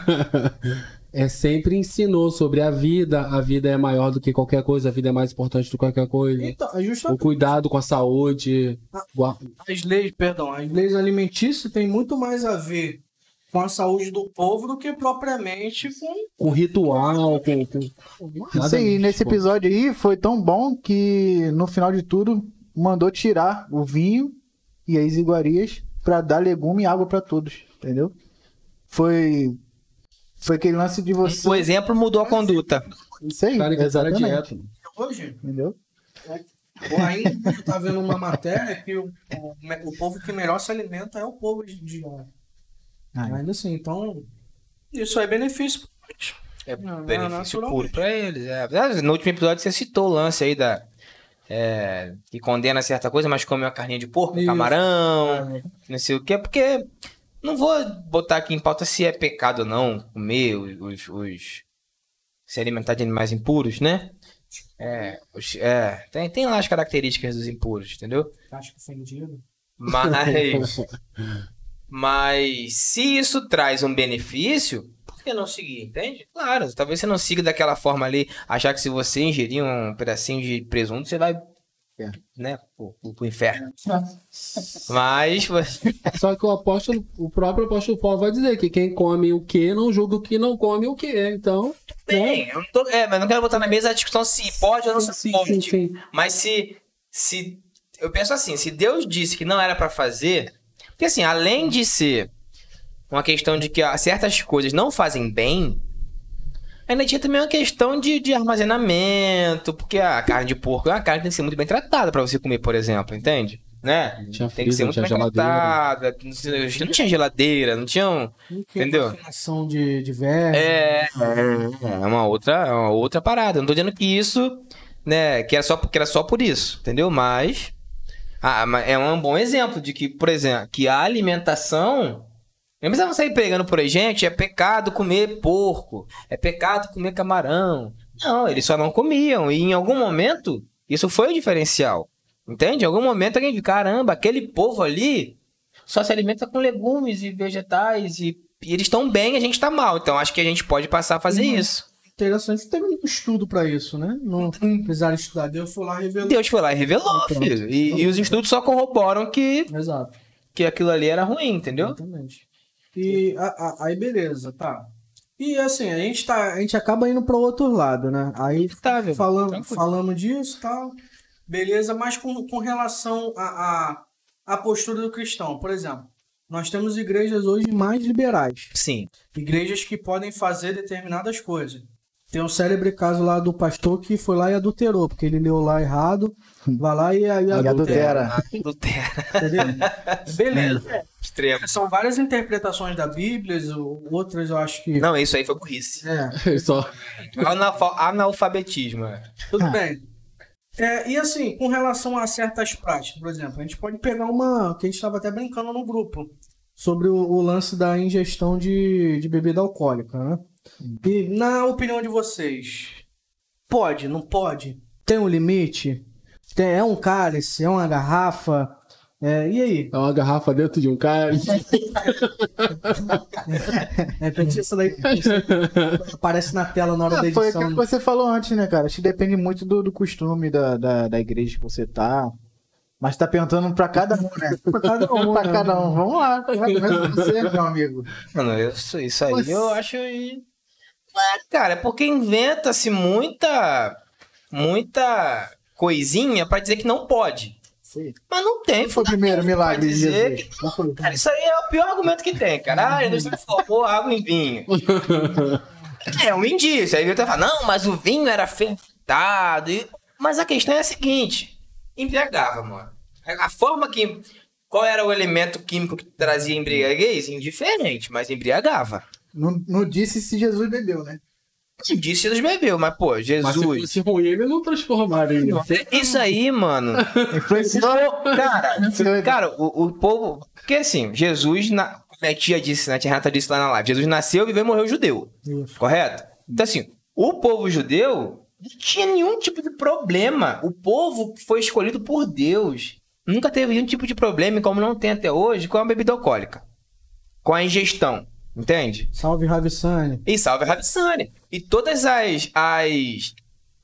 é, sempre ensinou sobre a vida, a vida é maior do que qualquer coisa, a vida é mais importante do que qualquer coisa. Então, é O justamente cuidado com a saúde. gua- as leis, perdão, as leis alimentícias têm muito mais a ver com a saúde do povo do que propriamente com Com ritual, com. com... nada Isso aí, disso, nesse pô. episódio aí foi tão bom que no final de tudo mandou tirar o vinho e as iguarias pra dar legume e água pra todos, entendeu? Foi foi aquele lance de você. O exemplo mudou a conduta. Isso aí, Cara, que cara exatamente. dieta. hoje. Entendeu? Ou ainda tá vendo uma matéria que o, o, o povo que melhor se alimenta é o povo de, de lá. Ah, Ainda assim, então isso é benefício pra gente. É Não, benefício naturalmente. puro pra eles. É. Aliás, no último episódio você citou o lance aí da. É, que condena certa coisa, mas come uma carninha de porco, Isso. camarão, É. não sei o quê, porque não vou botar aqui em pauta se é pecado ou não comer os, os se alimentar de animais impuros, né? É, os- é tem, tem lá as características dos impuros, entendeu? Acho que ofendido. Mas, mas se isso traz um benefício, por que não seguir, entende? Claro, talvez você não siga daquela forma ali, achar que se você ingerir um pedacinho de presunto, você vai, É. né, pro, pro, pro inferno. Mas, você- Só que o apóstolo, o próprio apóstolo Paulo vai dizer que quem come o que não julga o que não come o que. Então, bem, eu não tô, é, mas não quero botar na mesa a discussão se pode ou não se sim, pode. sim, tipo, sim. Mas se, se. Eu penso assim, se Deus disse que não era pra fazer. Porque assim, além de ser uma questão de que ah, certas coisas não fazem bem, ainda tinha também uma questão de, de armazenamento. Porque a carne de porco é uma carne que tem que ser muito bem tratada pra você comer, por exemplo, entende? né? Não tinha Tem que ser freezer, muito não tinha bem geladeira. tratada. Não tinha- não tinha geladeira, não tinha um... Entendeu? Vacinação de, de verme. É, é uma outra, é uma outra parada. Eu não tô dizendo que isso, né, que era só, que era só por isso, entendeu? Mas, ah, mas é um bom exemplo de que, por exemplo, que a alimentação... Não precisa sair pregando por aí, gente, é pecado comer porco, é pecado comer camarão. Não, eles só não comiam. E em algum momento, isso foi o diferencial. Entende? Em algum momento alguém viu, caramba, aquele povo ali só se alimenta com legumes e vegetais e, e eles estão bem, a gente tá mal. Então acho que a gente pode passar a fazer Uhum. isso. Interessante, teve um estudo pra isso, né? Não precisaram estudar. Deus foi lá e revelou. Deus foi lá e revelou, Pronto. filho. E, e os estudos só corroboram que, Exato. que aquilo ali era ruim, entendeu? Exatamente. E a- a- aí, beleza, tá. E assim, a gente, tá, a gente acaba indo para outro lado, né? Aí Tá, velho. falamos, Tranquilo. falamos disso e tal, beleza, mas com, com relação à a, a, postura do cristão, por exemplo, nós temos igrejas hoje mais liberais, Sim. igrejas que podem fazer determinadas coisas. Tem um célebre caso lá do pastor que foi lá e adulterou, porque ele leu lá errado, vai lá e aí E adultera, adultera. Adultera. entendeu? Beleza. Extremo. São várias interpretações da Bíblia, outras eu acho que... Não, isso aí foi burrice. É, Só... Analfa- Analfabetismo. é. tudo bem. É, e assim, com relação a certas práticas, por exemplo, a gente pode pegar uma que a gente estava até brincando no grupo sobre o, o lance da ingestão de, de bebida alcoólica, né? E na opinião de vocês, pode, não pode? Tem um limite? Tem, é um cálice? É uma garrafa? É, e aí? É uma garrafa dentro de um cálice. É, repente isso daí aparece na tela na hora da Ah, foi edição. aquilo que você falou antes, né, cara? Acho que depende muito do, do costume da, da, da igreja que você tá. Mas tá perguntando pra cada um, né? Pra cada um, pra né? cada um. Vamos lá, começa com você, meu amigo. Mano, isso, isso aí Nossa. eu acho. aí- É, cara, é porque inventa-se muita. Muita coisinha pra dizer que não pode. Sim. Mas não tem. Qual foi o primeiro fundamento pra milagre de dizer Jesus? que- Qual foi? Cara, isso aí é o pior argumento que tem, cara. Ah, a indústria transformou água em vinho. É um indício. Aí ele vai falar, não, mas o vinho era fermentado. e- Mas a questão é a seguinte: embriagava, mano. A forma que. Qual era o elemento químico que trazia embriaguez? Indiferente, mas embriagava. Não, não disse se Jesus bebeu, né? Sim, disse Jesus bebeu, mas pô, Mas se Jesus. fosse ruim, ele não transformaria. Isso aí, mano. Influenciou. Cara, cara, o, o povo. Porque assim, Jesus, na, como a tia disse, né? A tia Renata disse lá na live: Jesus nasceu, viveu e morreu judeu. Isso. Correto? Então, assim, o povo judeu não tinha nenhum tipo de problema. O povo que foi escolhido por Deus nunca teve nenhum tipo de problema, como não tem até hoje, com a bebida alcoólica. Com a ingestão. Entende? Salve, Ravissani. E salve a Ravissani. E todas as, as,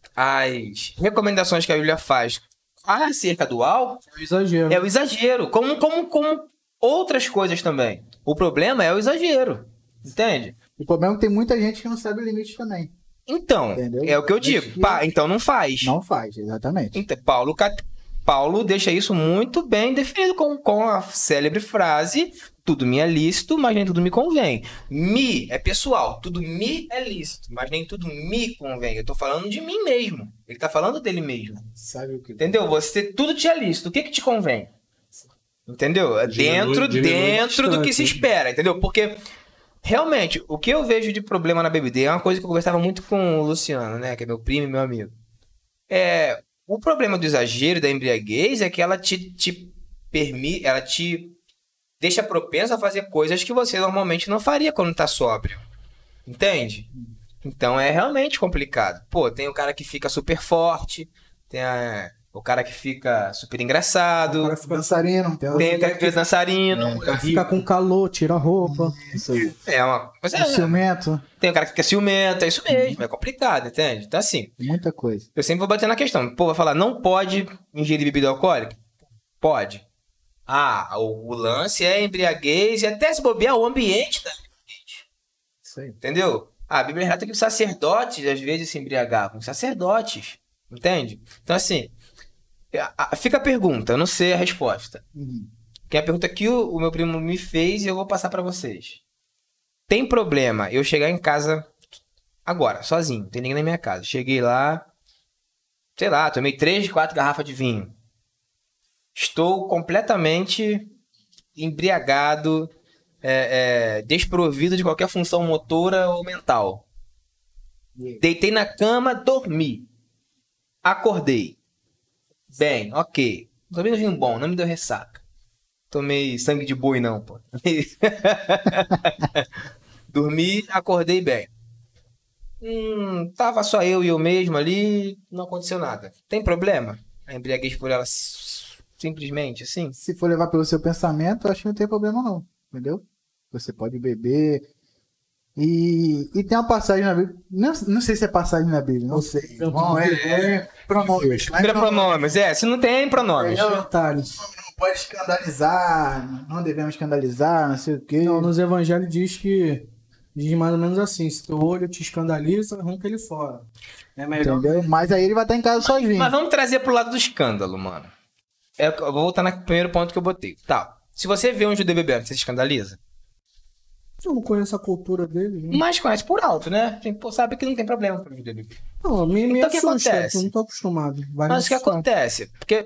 as recomendações que a Bíblia faz acerca do álcool É o exagero. é o exagero. Como, como, como outras coisas também. O problema é o exagero. Entende? O problema é que tem muita gente que não sabe o limite também. Então, Entendeu? é o que eu Mas digo. que- Pá, então não faz. Não faz, exatamente. Então, Paulo, Cat- Paulo deixa isso muito bem definido com, com a célebre frase: tudo me é lícito, mas nem tudo me convém. Me é pessoal, tudo me é lícito, mas nem tudo me convém. Eu tô falando de mim mesmo. Ele tá falando dele mesmo. Sabe o que? Entendeu? Você, tudo te é lícito. O que que te convém? Entendeu? É Diminui- dentro, diminui a dentro do que se distância. espera, entendeu? Porque, realmente, o que eu vejo de problema na bebida, e é uma coisa que eu conversava muito com o Luciano, né? Que é meu primo e meu amigo. É, o problema do exagero, da embriaguez, é que ela te, te permite, ela te deixa propenso a fazer coisas que você normalmente não faria quando tá sóbrio. Entende? Então é realmente complicado. Pô, tem o cara que fica super forte, tem a- o cara que fica super engraçado, O cara fica, Dançarino. Tem tem o cara que fica dançarino. fica com calor, tira a roupa. Isso aí. É uma. Mas é, O ciumento. tem o cara que fica ciumento, é isso mesmo, é complicado, entende? Então assim, Muita coisa. eu sempre vou bater na questão. Pô, vai falar, não pode ingerir bebida alcoólica? Pode. Ah, o, o lance é embriaguez e até se bobear o ambiente da Isso aí. entendeu? Ah, a Bíblia relata que os sacerdotes às vezes se embriagavam. Sacerdotes, entende? Então assim, a- a- fica a pergunta, eu não sei a resposta. Uhum. Que é a pergunta que o, o meu primo me fez e eu vou passar pra vocês. Tem problema eu chegar em casa agora, sozinho, não tem ninguém na minha casa. Cheguei lá, sei lá, tomei três, quatro garrafas de vinho. estou completamente embriagado, é, é, desprovido de qualquer função motora ou mental. Deitei na cama, dormi. Acordei. Bem, ok. Tomei um vinho bom, não me deu ressaca. Tomei sangue de boi, não, pô. Dormi, acordei bem. Hum, tava só eu e eu mesmo ali, não aconteceu nada. Tem problema? A embriaguez por ela simplesmente assim? Se for levar pelo seu pensamento, eu acho que não tem problema não, entendeu? Você pode beber. E, e tem uma passagem na Bíblia, não, não sei se é passagem na Bíblia, não sei. Bom, é, é pronomes. Vira pronomes, é, se não tem pronomes. Não pode escandalizar, não devemos escandalizar, não sei o quê. Não, nos evangelhos diz que, diz mais ou menos assim, se teu olho te escandaliza, arranca ele fora. É melhor. Entendeu? Mas aí ele vai estar em casa sozinho. Mas vamos trazer pro lado do escândalo, mano. É, eu vou voltar no primeiro ponto que eu botei. Tá, se você vê um judeu bebendo, você se escandaliza? Eu não conheço a cultura dele. Né? Mas conhece por alto, né? Pô, sabe que não tem problema pra judeu beber. Não, me, me Então o que assusta, acontece? eu não tô acostumado. Vai Mas o que assustar. acontece? Porque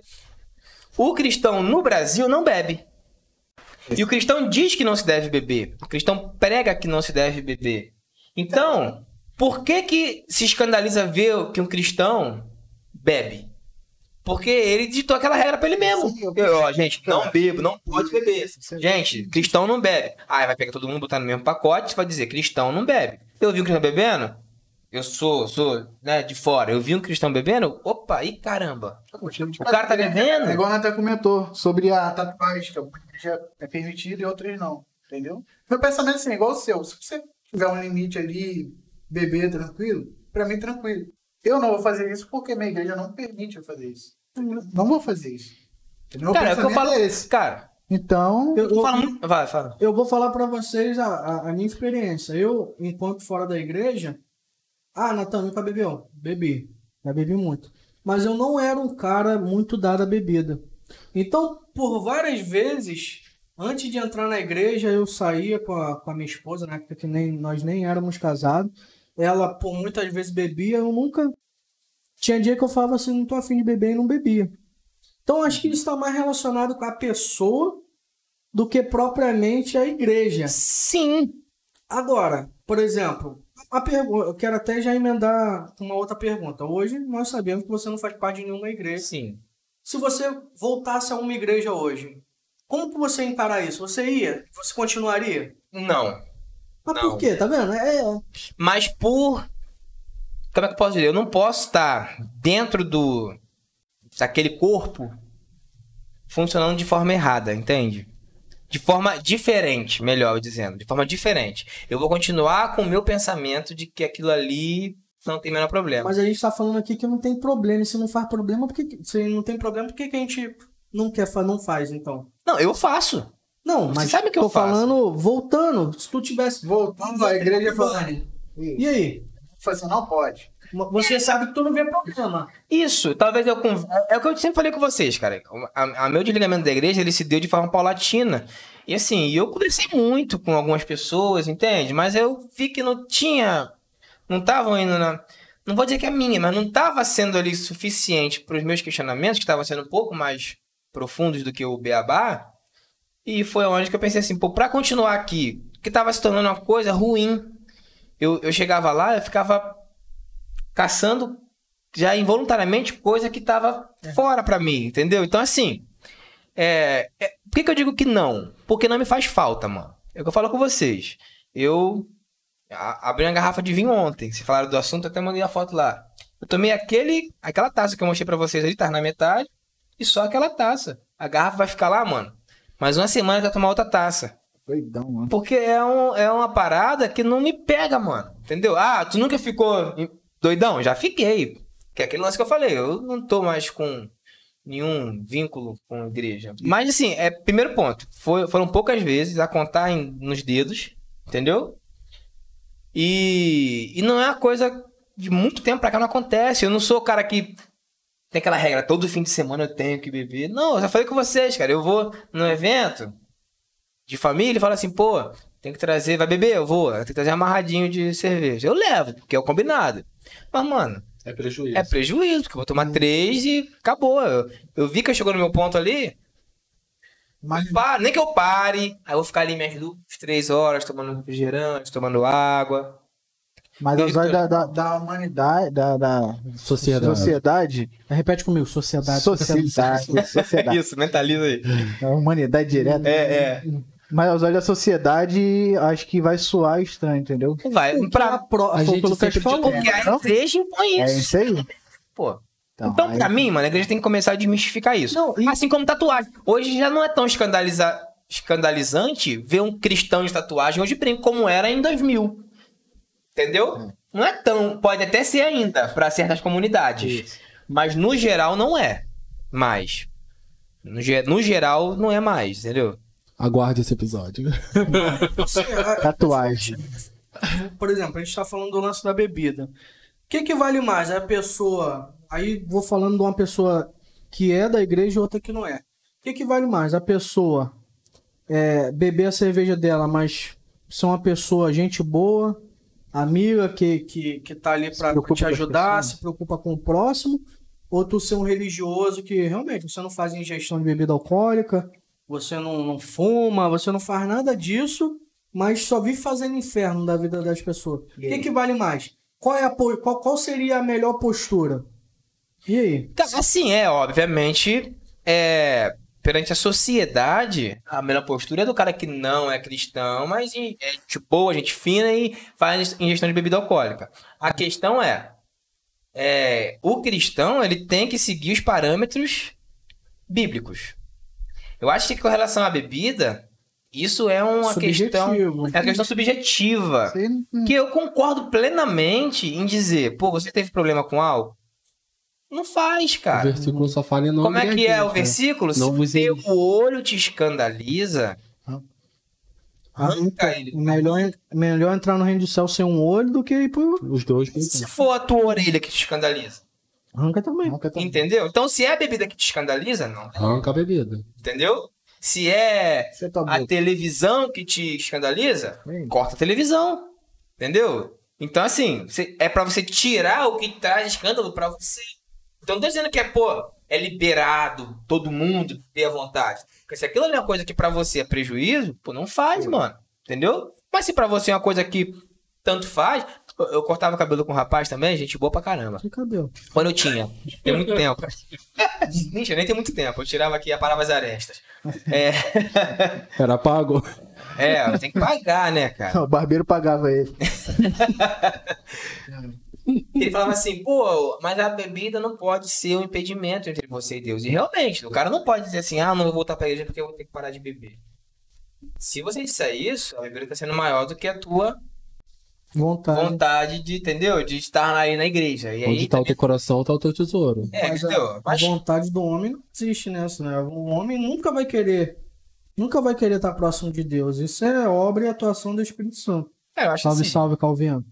o cristão no Brasil não bebe. E o cristão diz que não se deve beber. O cristão prega que não se deve beber. Então, por que que se escandaliza ver que um cristão bebe? Porque ele ditou aquela regra pra ele mesmo. Sim, eu- Eu, ó, gente, não bebo, não pode beber. Gente, cristão não bebe. Aí vai pegar todo mundo, botar no mesmo pacote e vai dizer, cristão não bebe. Eu vi um cristão bebendo, eu sou, sou, né, de fora. Eu vi um cristão bebendo, opa, e caramba. O cara tá bebendo? É igual a Natan comentou sobre a tatuagem, que algumas igrejas é permitido e outras não, entendeu? Meu pensamento assim, é igual o seu. Se você tiver um limite ali, beber tranquilo, pra mim tranquilo. Eu não vou fazer isso porque minha igreja não permite eu fazer isso. Não vou fazer isso. Meu Cara, é o que eu pensamento falo. é esse. Cara, Então, Eu, eu eu, falo muito. Vai, fala. eu vou falar pra vocês a, a, a minha experiência. Eu, enquanto fora da igreja, ah, Natan, nunca bebeu? Bebi. Já bebi muito. Mas eu não era um cara muito dado à bebida. Então, por várias vezes, antes de entrar na igreja, eu saía com a, com a minha esposa, né? Porque nem, nós nem éramos casados. Ela, por muitas vezes, bebia. Eu nunca... Tinha dia que eu falava assim, não tô afim de beber e não bebia. Então, acho que isso está mais relacionado com a pessoa do que propriamente a igreja. Sim. Agora, por exemplo, a pergu- eu quero até já emendar uma outra pergunta. Hoje, nós sabemos que você não faz parte de nenhuma igreja. Sim. Se você voltasse a uma igreja hoje, como que você encarar isso? Você ia? Você continuaria? Não. Mas Não. por quê? Tá vendo? É, Mas por. Como é que eu posso dizer? Eu não posso estar dentro do. daquele corpo funcionando de forma errada, entende? De forma diferente, melhor dizendo. De forma diferente. Eu vou continuar com o meu pensamento de que aquilo ali não tem o menor problema. mas a gente tá falando aqui que não tem problema. E se não faz problema, por que que- se não tem problema, por que, que a gente não quer fa- não faz, então? Não, eu faço. Não, Você mas sabe o que tô eu faço. falando, voltando, se tu tivesse... voltando à igreja falando. E aí? Você não pode. Você sabe que tu não vê problema. Isso, talvez eu... con- É o que eu sempre falei com vocês, cara. A, a meu desligamento da igreja, ele se deu de forma paulatina. E assim, eu conversei muito com algumas pessoas, entende? Mas eu vi que não tinha... Não estavam indo na... Não vou dizer que é minha, mas não estava sendo ali suficiente para os meus questionamentos, que estavam sendo um pouco mais profundos do que o beabá. E foi onde que eu pensei assim, pô, pra continuar aqui, que tava se tornando uma coisa ruim. Eu, eu chegava lá, eu ficava caçando já involuntariamente coisa que tava fora pra mim, entendeu? Então assim, é, é, por que que eu digo que não? Porque não me faz falta, mano. É o que eu falo com vocês. Eu a- abri uma garrafa de vinho ontem, se falaram do assunto, eu até mandei a foto lá. Eu tomei aquele, aquela taça que eu mostrei pra vocês ali, tá na metade, e só aquela taça. A garrafa vai ficar lá, mano. Mais uma semana vai tomar outra taça. Doidão, mano. Porque é, um, é uma parada que não me pega, mano. Entendeu? Ah, tu nunca ficou doidão? Já fiquei. Que é aquele lance que eu falei. Eu não tô mais com nenhum vínculo com a igreja. Mas assim, é primeiro ponto. Foi, foram poucas vezes a contar em- nos dedos. Entendeu? E, e não é uma coisa de muito tempo pra cá, não acontece. Eu não sou o cara que tem aquela regra, todo fim de semana eu tenho que beber. Não, eu já falei com vocês, cara. Eu vou num evento de família e falo assim, pô, tem que trazer, vai beber? Eu vou. Tem que trazer amarradinho de cerveja. Eu levo, porque é o combinado. Mas, mano, É prejuízo. é prejuízo, porque eu vou tomar três e acabou. Eu, eu vi que chegou no meu ponto ali, Mas, Pa- Nem que eu pare, aí eu vou ficar ali minhas duas, três horas tomando refrigerante, tomando água. mas aos olhos da, da, da humanidade, da, da Sociedade. sociedade, Repete comigo, sociedade. sociedade, sociedade, Isso, mentaliza aí. a humanidade direta. É, é. Mas aos olhos da sociedade, acho que vai soar estranho, entendeu? Vai, Pra, pra... pro, a foi gente o que o Lucas sempre falou. Porque a igreja impõe É isso. isso aí? Pô. Então, Então, aí- pra mim, mano, a igreja tem que começar a desmistificar isso. Não, e- Assim como tatuagem. Hoje já não é tão escandaliza... escandalizante ver um cristão de tatuagem hoje brinco como era em dois mil. Entendeu? Não é tão... Pode até ser ainda pra certas comunidades. Mas no geral não é mais. No, ge- no geral não é mais, entendeu? Aguarde esse episódio. Tatuagem. Por exemplo, a gente tá falando do lance da bebida. O que que vale mais? A pessoa... Aí vou falando de uma pessoa que é da igreja e outra que não é. O que que vale mais? A pessoa é, beber a cerveja dela, mas ser uma pessoa gente boa, amiga, que, que, que tá ali pra preocupa te com as ajudar, pessoas. se preocupa com o próximo, ou tu ser um religioso que realmente você não faz ingestão de bebida alcoólica, você não, não fuma, você não faz nada disso, mas só vive fazendo inferno da vida das pessoas. O que, que vale mais? Qual, é a, po- qual, qual seria a melhor postura? E aí? Assim, é, obviamente, é, perante a sociedade, a melhor postura é do cara que não é cristão, mas é gente boa, gente fina e faz ingestão de bebida alcoólica. A questão é, é, o cristão ele tem que seguir os parâmetros bíblicos. Eu acho que com relação à bebida, isso é uma questão, Subjetivo. é uma questão subjetiva. Isso aí não- Que eu concordo plenamente em dizer, pô, você teve problema com álcool? Não faz, O cara. versículo só fala em nome Como é que é o né? versículo? Não Se vos teu olho te escandaliza, arranca ele. Melhor, melhor entrar no reino do céu sem um olho do que ir pro... Os dois. Se for a tua orelha que te escandaliza, Arranca também. Nunca tá- entendeu? Então, se é a bebida que te escandaliza, não. Arranca a bebida. Entendeu? Se é Você tá a bom. televisão que te escandaliza, Sim. corta a televisão. Entendeu? Então, assim, você- é pra você tirar o que traz escândalo pra você. Então, não tô dizendo que é, pô, é liberado, todo mundo ter a vontade. Porque se aquilo ali é uma coisa que pra você é prejuízo, pô, não faz, mano. Entendeu? Mas se pra você é uma coisa que tanto faz... Eu eu cortava cabelo com um rapaz também, gente boa pra caramba. Que cabelo. Quando eu tinha. Tem muito tempo. Mentira, nem tem muito tempo. Eu tirava aqui, aparava as arestas. É, Era pago. é, tem que pagar, né, cara? O barbeiro pagava ele. Ele falava assim, pô, mas a bebida não pode ser um impedimento entre você e Deus. E realmente, o cara não pode dizer assim, ah, não vou voltar pra igreja porque eu vou ter que parar de beber. Se você disser isso, a bebida tá sendo maior do que a tua Vontade. vontade de, entendeu? De estar aí na igreja. E aí, Onde tá o teu coração, tá o teu tesouro. é, Mas entendeu? a, a Mas, vontade do homem não existe nessa, né? O homem nunca vai querer, nunca vai querer estar próximo de Deus. Isso é obra e atuação do Espírito Santo. é, eu acho Salve, assim. salve, Calviano.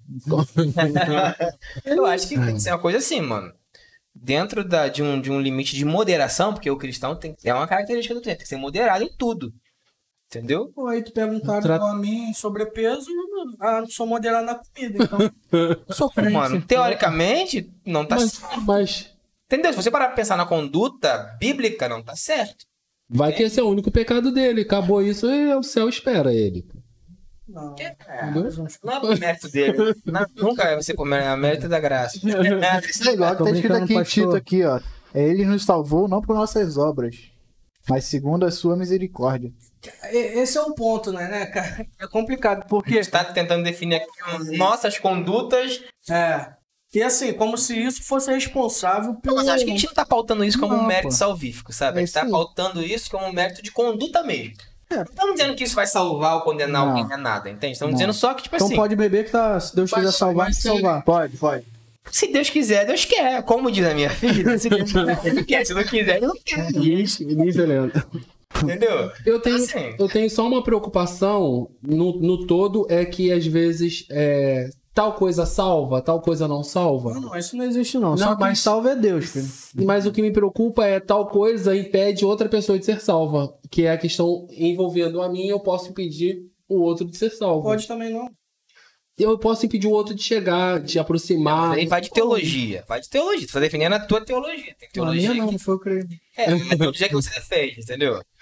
Eu acho que tem que ser uma coisa assim, mano. Dentro da, de, um, de um limite de moderação, porque o cristão tem, é uma característica do tempo, tem que ser moderado em tudo. Entendeu? Pô, aí tu pega um cara Tra- igual a mim, em sobrepeso, ah, não sou moderado na comida, então. Eu sou crente. Mano, teoricamente, não tá Mas, certo. mas Entendeu? Se você parar pra pensar na conduta bíblica, não tá certo. vai que esse é o único pecado dele. Acabou isso e o céu espera ele. Não, É, Deus não não é por mérito dele. Não- nunca é você por mérito, é mérito da graça. Isso é igual que Tô tá escrito brincando, aqui em pastor. Tito aqui, ó. É, ele nos salvou não por nossas obras, mas segundo a sua misericórdia. E- Esse é um ponto, né, né, cara? É complicado, A porque. gente tá tentando definir aqui um- nossas condutas. É. E assim, como se isso fosse responsável pelo. Mas eu acho que a gente não tá pautando isso como Não, um mérito pô. salvífico, sabe? A É gente tá isso aí. pautando isso como um mérito de conduta mesmo. É. Não estamos dizendo que isso vai salvar ou condenar Não. alguém, não é nada, entende? Estamos Não. dizendo só que, tipo Então assim, pode beber que tá. Se Deus Mas- quiser salvar, mas te se salvar. Pode, pode. se Deus quiser, Deus quer. Como diz a minha filha, se Deus quiser, ele quer. Se não quiser, ele não quer. Vinícius Helena. Entendeu? Eu tenho, Assim. eu tenho só uma preocupação no, no todo, é que às vezes é, tal coisa salva, tal coisa não salva. Não, não, isso não existe, não. Não, Só quem mas- salva é Deus, filho. Mas o que me preocupa é tal coisa impede outra pessoa de ser salva. Que é a questão envolvendo a mim, eu posso impedir o outro de ser salvo. Pode também não. Eu posso impedir o outro de chegar, de aproximar. Aí vai de teologia. Vai de teologia. Tu tá defendendo a tua teologia. Tem A teologia minha não, que... não foi o creio. É, a teologia que você defende, entendeu?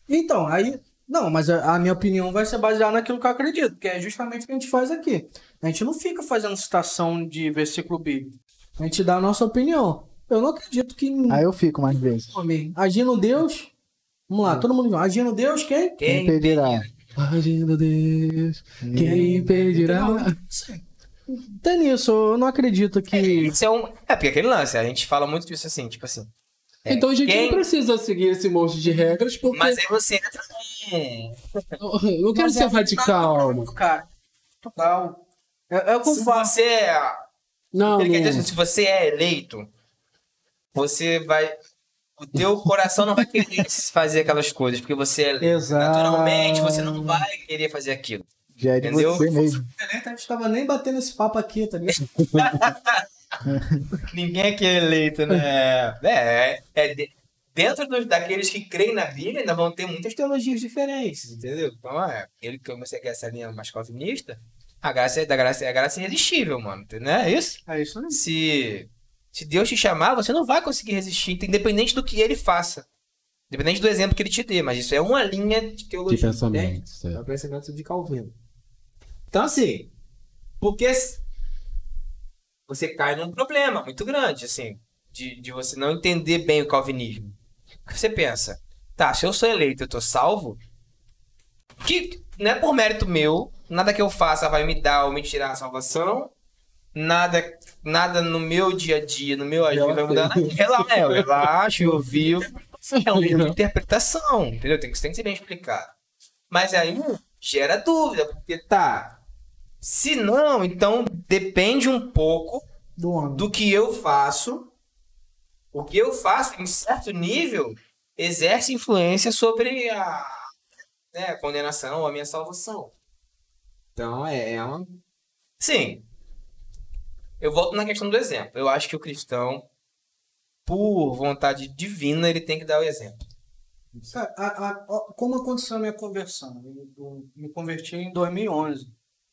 Então, aí... Não, mas a, a minha opinião vai ser baseada naquilo que eu acredito, que é justamente o que a gente faz aqui. A gente não fica fazendo citação de versículo bíblico. A gente dá a nossa opinião. Eu não acredito que... Aí eu fico mais vezes. Homem, agindo Deus... Vamos lá, todo mundo... Agindo Deus, quem? Quem impedirá? Agindo Deus, quem impedirá? Tem nisso, eu não acredito que... Isso é um. É, porque aquele lance, a gente fala muito disso assim, tipo assim. é, Então a gente quem- não precisa seguir esse monte de regras, porque Mas aí você entra com. eu não quero Mas ser é radical. natural, cara. Total. É, é o que eu Se falo. você é. Não, Ele quer dizer não. assim, se você é eleito, você vai. O teu coração não vai querer fazer aquelas coisas, porque você é eleito. Exato. Naturalmente, você não vai querer fazer aquilo. Já é de Entendeu? você mesmo. A gente tava nem batendo esse papo aqui, tá ligado? Ninguém aqui é eleito, né? É, é de- dentro dos, daqueles que creem na Bíblia, ainda vão ter muitas teologias diferentes, entendeu? Então, é, ele que você quer essa linha mais calvinista, a graça, é- da graça, a graça é irresistível, mano. Não é isso? É isso aí. Se, se Deus te chamar, você não vai conseguir resistir, independente do que ele faça. Independente do exemplo que ele te dê, mas isso é uma linha de De teologia. entende? pensamento, É certo. o pensamento de Calvino. Então, assim, porque s- você cai num problema muito grande, assim, de, de você não entender bem o calvinismo. Porque você pensa, tá, se eu sou eleito, eu tô salvo, que não é por mérito meu, nada que eu faça vai me dar ou me tirar a salvação, nada, nada no meu dia a dia, no meu agir vai mudar nada. Relaxa, é, eu relaxo, eu vivo. É um erro de interpretação, entendeu? Tem que, tem que ser bem explicado. Mas aí gera dúvida, porque tá. Se não, então depende um pouco Do homem. do que eu faço. O que eu faço, em certo nível, exerce influência sobre a, né, a condenação ou a minha salvação. Então é, é uma. Sim. Eu volto na questão do exemplo. Eu acho que o cristão, por vontade divina, ele tem que dar o exemplo. Cara, a- a- ó, como aconteceu a minha conversão? Eu, eu me converti em dois mil e onze.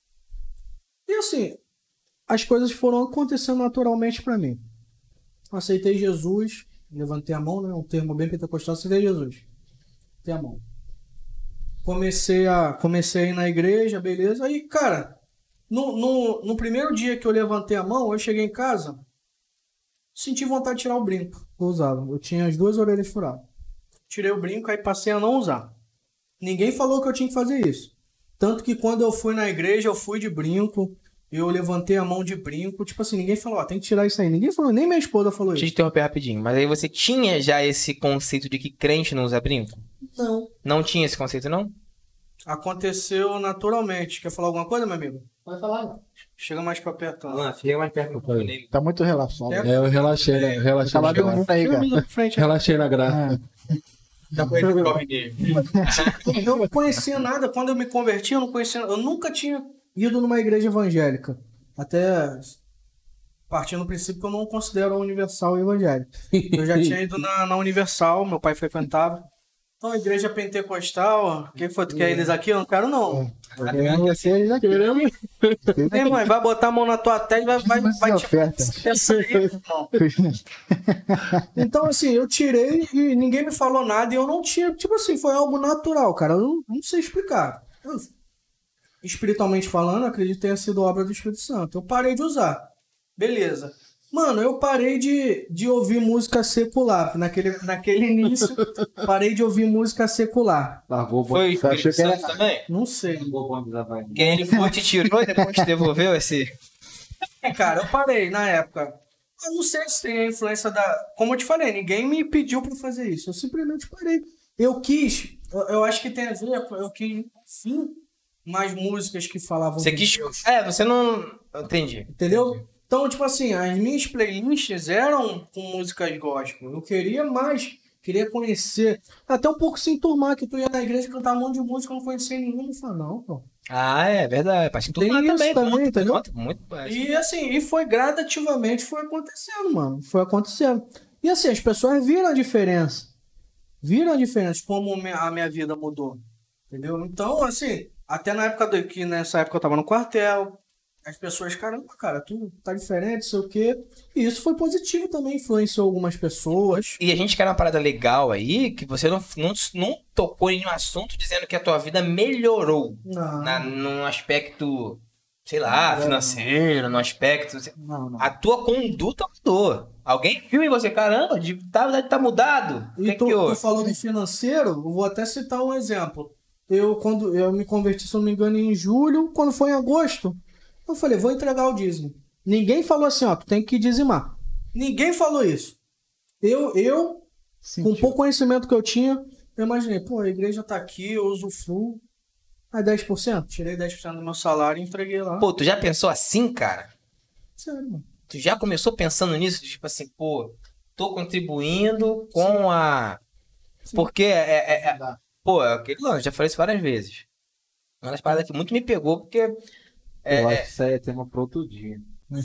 E assim, as coisas foram acontecendo naturalmente pra mim. Aceitei Jesus, levantei a mão, né? Um termo bem pentecostal, aceitei Jesus. Levantei a mão. Comecei a, comecei a ir na igreja, beleza. Aí, cara, no, no, no primeiro dia que eu levantei a mão, eu cheguei em casa, senti vontade de tirar o brinco que eu usava. Eu tinha as duas orelhas furadas. Tirei o brinco, aí passei a não usar. Ninguém falou que eu tinha que fazer isso. Tanto que quando eu fui na igreja, eu fui de brinco, eu levantei a mão de brinco. Tipo assim, ninguém falou, ó, tem que tirar isso aí. Ninguém falou, nem minha esposa falou Deixa eu isso. te interromper rapidinho. Mas aí você tinha já esse conceito de que crente não usa brinco? Não. Não tinha esse conceito, não? Aconteceu naturalmente. Quer falar alguma coisa, meu amigo? Pode falar. Chega mais pra perto. ó. Alan, chega mais perto do microfone. Tá muito relaxado. É. É, eu relaxei, né? Eu relaxei Tava na graça. dormindo aí, Chega cara. mais pra frente. Relaxei na graça. Ah, Tá com ele calvinismo. Eu não conhecia nada. Quando eu me converti, eu não conhecia. Eu nunca tinha ido numa igreja evangélica. Até partindo do princípio que eu não considero a Universal evangélica. Eu já tinha ido na, na Universal, meu pai frequentava. Então, a igreja pentecostal, quem foi? Tu quer eles aqui? Eu não quero, não. tô querendo vocês aqui. Queremos. Ei, mãe, vai botar a mão na tua testa e vai, vai, Mas vai é te oferta. Pensa aí, irmão. Então, assim, eu tirei e ninguém me falou nada e eu não tinha. Tipo assim, foi algo natural, cara. Eu não, não sei explicar. Eu, espiritualmente falando, acredito que tenha sido obra do Espírito Santo. Eu parei de usar. Beleza. Mano, eu parei de, de ouvir música secular. Naquele, naquele início, parei de ouvir música secular. Largou o Foi o Você achou Espírito que era- Santo também? Não sei. Quem ele foi, te tirou e depois te devolveu esse... Cara, eu parei na época. Eu não sei se tem a influência da. Como eu te falei, ninguém me pediu pra fazer isso. Eu simplesmente parei. Eu quis. Eu, eu acho que tem a ver com. Eu quis, enfim, mais músicas que falavam. Você de quis... Deus. É, você não... Eu entendi. Entendeu? Então, tipo assim, as minhas playlists eram com músicas gospel. Eu queria mais, queria conhecer. Até um pouco se enturmar, que tu ia na igreja cantar um monte de música, eu não conhecia nenhuma. Eu falei, não, pô. Ah, é verdade. Pra Tem turma isso também, também, muito, entendeu? muito, muito, muito. E assim, e foi gradativamente, foi acontecendo, mano. Foi acontecendo. E assim, as pessoas viram a diferença. Viram a diferença, como me- a minha vida mudou. Entendeu? Então, assim, até na época do, que nessa época eu tava no quartel, as pessoas, caramba, cara, tu tá diferente, sei o quê. E isso foi positivo também, influenciou algumas pessoas. E a gente quer uma parada legal aí, que você não, não, não tocou em um assunto dizendo que a tua vida melhorou. Não, Na, num aspecto, sei lá, Não, financeiro, num aspecto... não, não. A tua conduta mudou. Alguém viu em você, caramba, de, tá, tá mudado. O que E é tu, que que tu houve? falou de financeiro, eu vou até citar um exemplo. Eu, quando eu me converti, se eu não me engano, em julho, quando foi em agosto, eu falei, vou entregar o dízimo. Ninguém falou assim, ó, tu tem que dizimar. Ninguém falou isso. Eu, eu com Sentiu. pouco conhecimento que eu tinha, eu imaginei, pô, a igreja tá aqui, eu usufruo. Aí dez por cento, tirei dez por cento do meu salário e entreguei lá. Pô, tu já pensou assim, cara? Sério, mano. Tu já começou pensando nisso? Tipo assim, pô, tô contribuindo com a... Porque é, é, é- Dá. Pô, é aquele lance, já falei isso várias vezes. Uma das paradas que muito me pegou, porque Eu acho que isso aí é tema para outro dia.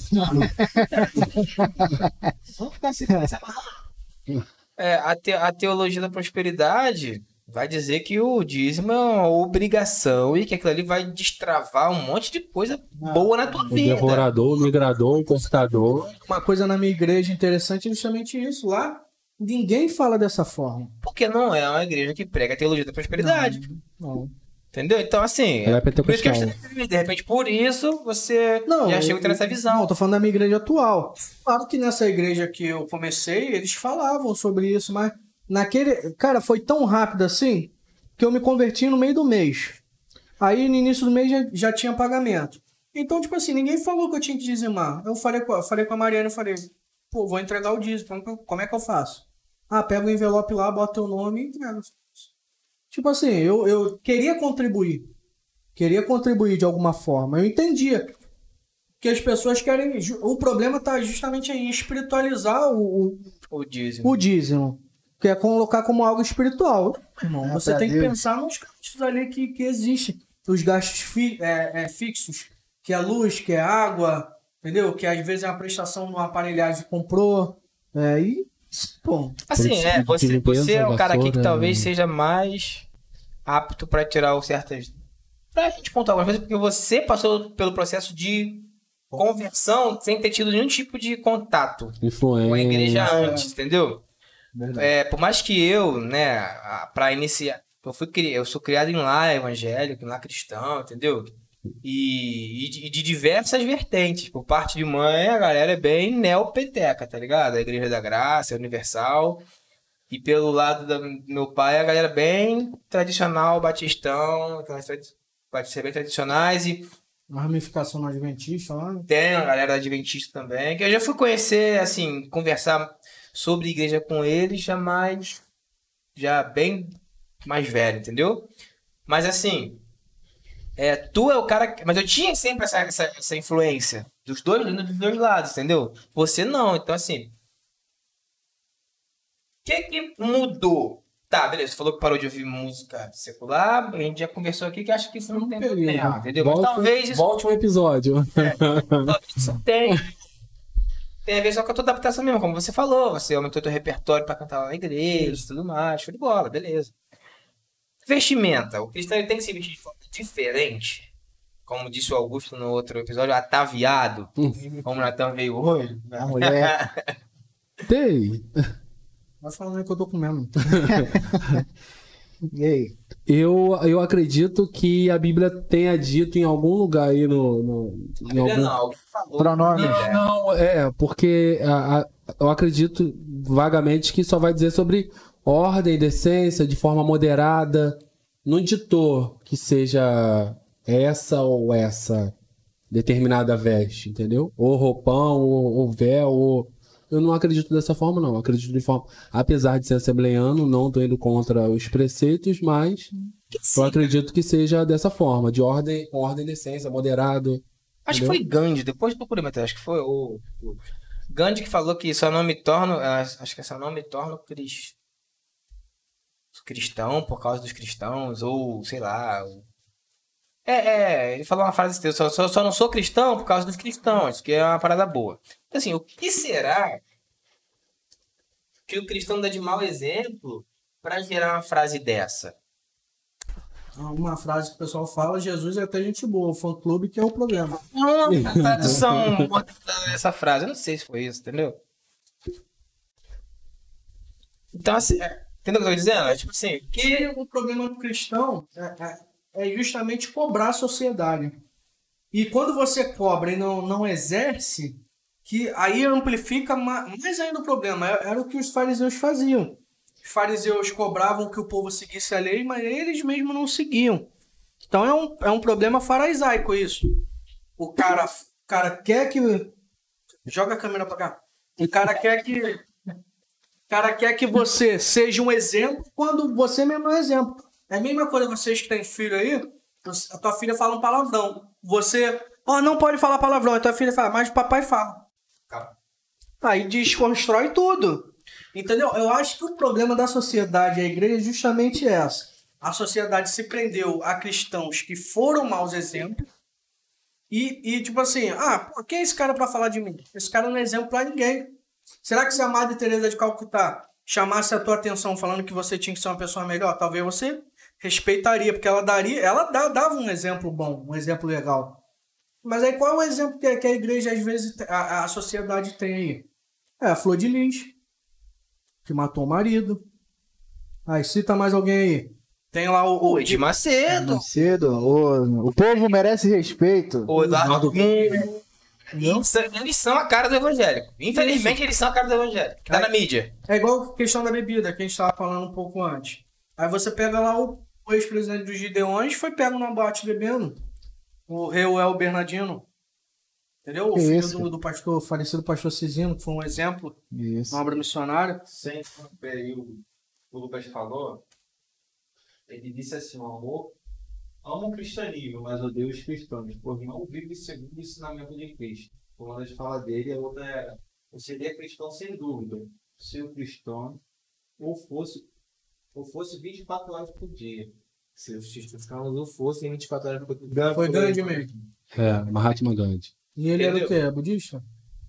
vamos ficar assim, se amarrar. É, a, te- a teologia da prosperidade vai dizer que o dízimo é uma obrigação e que aquilo ali vai destravar um monte de coisa boa na tua O vida. devorador, o migrador, o conquistador. Uma coisa na minha igreja interessante é justamente isso. Lá, ninguém fala dessa forma. Porque não é uma igreja que prega a teologia da prosperidade. Não. Entendeu? Então, assim, Ela é por isso que eu pentecostal. estou- de repente, por isso, você Não, já chega a ter eu- essa visão. Não, eu tô falando da minha igreja atual. Claro que nessa igreja que eu comecei, eles falavam sobre isso, mas naquele. Cara, foi tão rápido assim que eu me converti no meio do mês. Aí no início do mês já, já tinha pagamento. Então, tipo assim, ninguém falou que eu tinha que dizimar. Eu falei com, eu falei com a Mariana, eu falei, pô, vou entregar o dízimo, como que eu- como é que eu faço? Ah, pega o envelope lá, bota teu nome e entrega. Tipo assim, eu, eu queria contribuir. Queria contribuir de alguma forma. Eu entendia que as pessoas querem. O problema tá justamente aí em espiritualizar o, o, O dízimo. o dízimo. Que é colocar como algo espiritual. Irmão, É, você pra tem que Deus. pensar nos gastos ali que, que existem. Os gastos fi, é, é, fixos, que é luz, que é água, entendeu? Que às vezes é uma prestação numa aparelhagem que comprou. É, e, pô, Assim, Produto é, de você, limpeza, você é o cara aqui que vassoura, talvez né? seja mais apto para tirar o certas. Pra gente pontuar algumas coisas, porque você passou pelo processo de conversão sem ter tido nenhum tipo de contato com a igreja Influência. antes, entendeu? Verdade. É, por mais que eu, né, a- pra iniciar, eu fui cri- eu sou criado em lar evangélico, em lar cristão, entendeu? E, e de, e de diversas vertentes. Por parte de mãe, a galera é bem neopeteca, tá ligado? A Igreja da Graça, Universal. E pelo lado da- do meu pai, a galera bem tradicional, batistão, aquelas tradi- batistas bem tradicionais. E uma ramificação no Adventista lá. tem a galera adventista também, que eu já fui conhecer, assim, conversar sobre igreja com eles, já mais, já bem mais velho, entendeu? Mas assim, é, tu é o cara, que- mas eu tinha sempre essa, essa, essa influência dos dois, dos dois lados, entendeu? Você não, então assim, o que que mudou? Tá, beleza, você falou que parou de ouvir música secular, a gente já conversou aqui que acha que isso não tem período, problema, né? entendeu? Mas Volte, talvez isso volte um episódio. Isso tem. Tem a ver só com a tua adaptação mesmo, como você falou. Você aumentou teu repertório pra cantar lá na igreja e tudo mais. Show de bola, beleza. Vestimenta. O cristão ele tem que se vestir de forma diferente. Como disse o Augusto no outro episódio, ataviado. Como o Natan veio hoje. A mulher. Tem. Vai falando aí que eu tô comendo. E aí? Eu, eu acredito que a Bíblia tenha dito em algum lugar aí no. no em Não, algum... alguém falou. Pronomes. É. Não, é, porque a- a- eu acredito vagamente que só vai dizer sobre ordem, decência, de forma moderada. Não ditou que seja essa ou essa determinada veste, entendeu? Ou roupão, ou, ou véu, ou... Eu não acredito dessa forma, não. Eu acredito de forma... Apesar de ser assembleiano, não tô indo contra os preceitos, mas eu acredito que seja dessa forma, de ordem, com ordem, decência, moderado. Acho que foi Gandhi, depois procurei, mas acho que foi o, o Gandhi que falou que só não me torno, ah, acho que só não me torno cris- cristão por causa dos cristãos, ou sei lá. o- É, é, ele falou uma frase assim, só, só, só não sou cristão por causa dos cristãos, que é uma parada boa. Então, assim, o que será que o cristão dá de mau exemplo para gerar uma frase dessa? uma frase que o pessoal fala, Jesus é até gente boa, o fã-clube que é o problema. Não, a tradução essa frase, eu não sei se foi isso, entendeu? Então, assim, é, entendeu o que eu tô dizendo? É tipo assim, que... O problema do cristão é, é, é justamente cobrar a sociedade. E quando você cobra e não, não exerce, que aí amplifica mais ainda o problema. Era o que os fariseus faziam. Os fariseus cobravam que o povo seguisse a lei, mas eles mesmos não seguiam. Então é um, é um problema farisaico isso. O cara, o cara quer que... Joga a câmera pra cá. O cara quer que... O cara quer que você seja um exemplo quando você mesmo é um exemplo. É a mesma coisa vocês que têm filho aí, a tua filha fala um palavrão. Você, ó, oh, não pode falar palavrão. A tua filha fala, mas o papai fala. Aí desconstrói tudo. Entendeu? Eu acho que o problema da sociedade e a igreja é justamente essa. A sociedade se prendeu a cristãos que foram maus exemplos. E, e tipo assim, ah, pô, quem é esse cara pra falar de mim? Esse cara não é exemplo pra ninguém. Será que se a Madre Teresa de Calcutá chamasse a tua atenção falando que você tinha que ser uma pessoa melhor, talvez você respeitaria, porque ela daria, ela dava um exemplo bom, um exemplo legal. Mas aí qual é o exemplo que a, que a igreja, às vezes, a, a sociedade tem aí? É a Flor de Lis, que matou o marido. Aí cita mais alguém aí. Tem lá o... O Edir Macedo. Macedo, o, o povo merece respeito. O Eduardo Cunha. Eles, eles são a cara do evangélico. Infelizmente, isso. Eles são a cara do evangélico. Que tá é, na mídia. É igual a questão da bebida, que a gente tava falando um pouco antes. Aí você pega lá o, o ex-presidente dos Gideões, foi pego numa boate bebendo. O Reuel Bernardino. Entendeu? O que filho isso? do, do pastor, falecido pastor Cisino, que foi um exemplo. Isso. Uma obra missionária. Sem interromper o o Lucas falou, ele disse assim, o amor ama o cristianismo, mas odeia os cristãos, porque não vive segundo o ensinamento de Cristo. Uma das falas dele, a outra é, você é cristão sem dúvida, se o cristão ou fosse, ou fosse vinte e quatro horas por dia. Se os cristãos ou fossem vinte e quatro horas por dia. Foi grande mesmo. É, Mahatma Gandhi. E ele Entendeu? era o quê? É budista?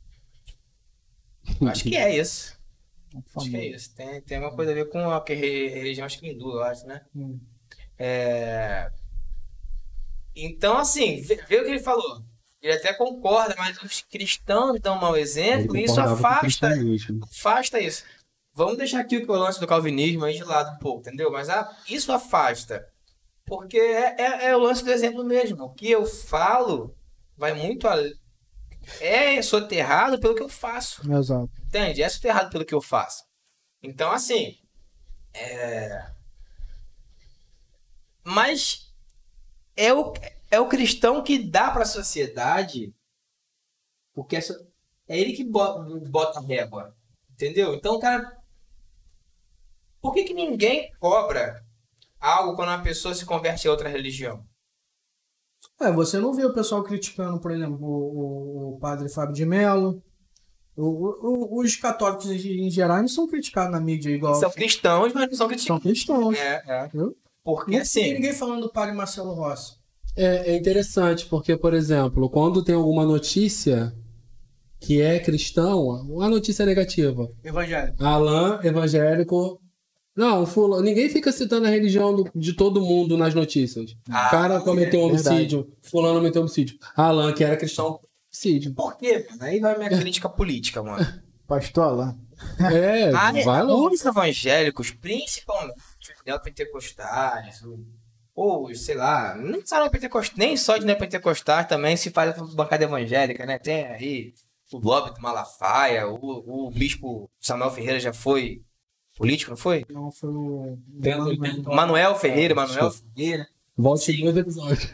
Acho que é isso. Acho que é isso. Tem, tem uma coisa a ver com a que religião, acho que hindu, eu acho, né? Hum. É... Então, assim, vê, vê o que ele falou. Ele até concorda, mas os cristãos dão um mau exemplo e isso afasta, afasta isso. Vamos deixar aqui o lance do calvinismo aí de lado um pouco, entendeu? Mas ah, isso afasta. Porque é, é, é o lance do exemplo mesmo. O que eu falo vai muito além. É soterrado pelo que eu faço. Exato. Entende? É soterrado pelo que eu faço. Então, assim... É... Mas... É o, é o cristão que dá para a sociedade, porque essa, é ele que bota, bota a régua, entendeu? Então, cara, por que que ninguém cobra algo quando uma pessoa se converte a outra religião? É, você não vê o pessoal criticando, por exemplo, o, o, o padre Fábio de Mello. O, o, os católicos em geral não são criticados na mídia igual. São cristãos, mas não são criticados. São cristãos. É, é. Viu? Porque Não assim... tem ninguém falando do padre Marcelo Rossi. É, é interessante, porque, por exemplo, quando tem alguma notícia que é cristão, a notícia é negativa. Evangélico. Alain, evangélico. Não, fulano, ninguém fica citando a religião do, de todo mundo nas notícias. Ah, o cara cometeu é homicídio, fulano cometeu homicídio. Alain, que era cristão, homicídio. Por quê, mano? Aí vai a minha crítica política, mano. Pastor Alain. É, Ah, vai lá. os evangélicos, principalmente neopentecostais, ou sei lá, nem só neopentecostais, nem só de neopentecostais também se faz a bancada evangélica, né? Tem aí o Blob do Malafaia, o, o bispo Samuel Ferreira já foi político, não foi? Não, foi o... Manuel Ferreira, Manuel Ferreira. Volte dois episódios.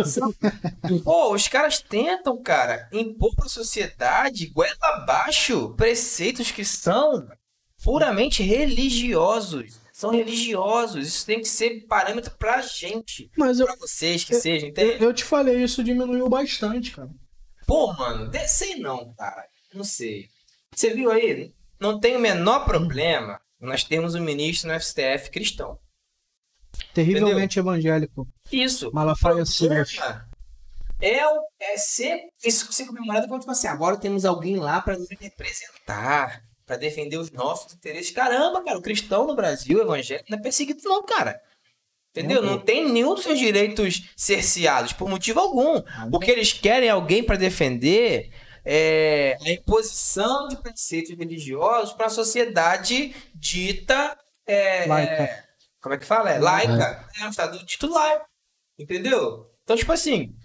Pô, os caras tentam, cara, impor pra sociedade, goela abaixo, preceitos que são puramente religiosos. São religiosos. Isso tem que ser parâmetro pra gente. Mas eu, Pra vocês que eu- sejam, eu, entende? eu te falei, isso diminuiu bastante, cara. Pô, mano, de- sei não, cara. Não sei. Você viu aí? Não tem o menor problema nós termos um ministro no S T F cristão. Terrivelmente evangélico. Isso. Malafaia O Silas. problema É, o- é ser, isso ser comemorado como tipo assim, agora temos alguém lá pra nos representar, pra defender os nossos interesses. Caramba, cara, o cristão no Brasil, o evangélico, não é perseguido não, cara. Entendeu? Não tem nenhum dos seus direitos cerceados, por motivo algum. O que eles querem é alguém para defender é, a imposição de preceitos religiosos para a sociedade dita... É, Laica. Como é que fala? É laica. É um estado dito laico. Entendeu? Então, tipo assim...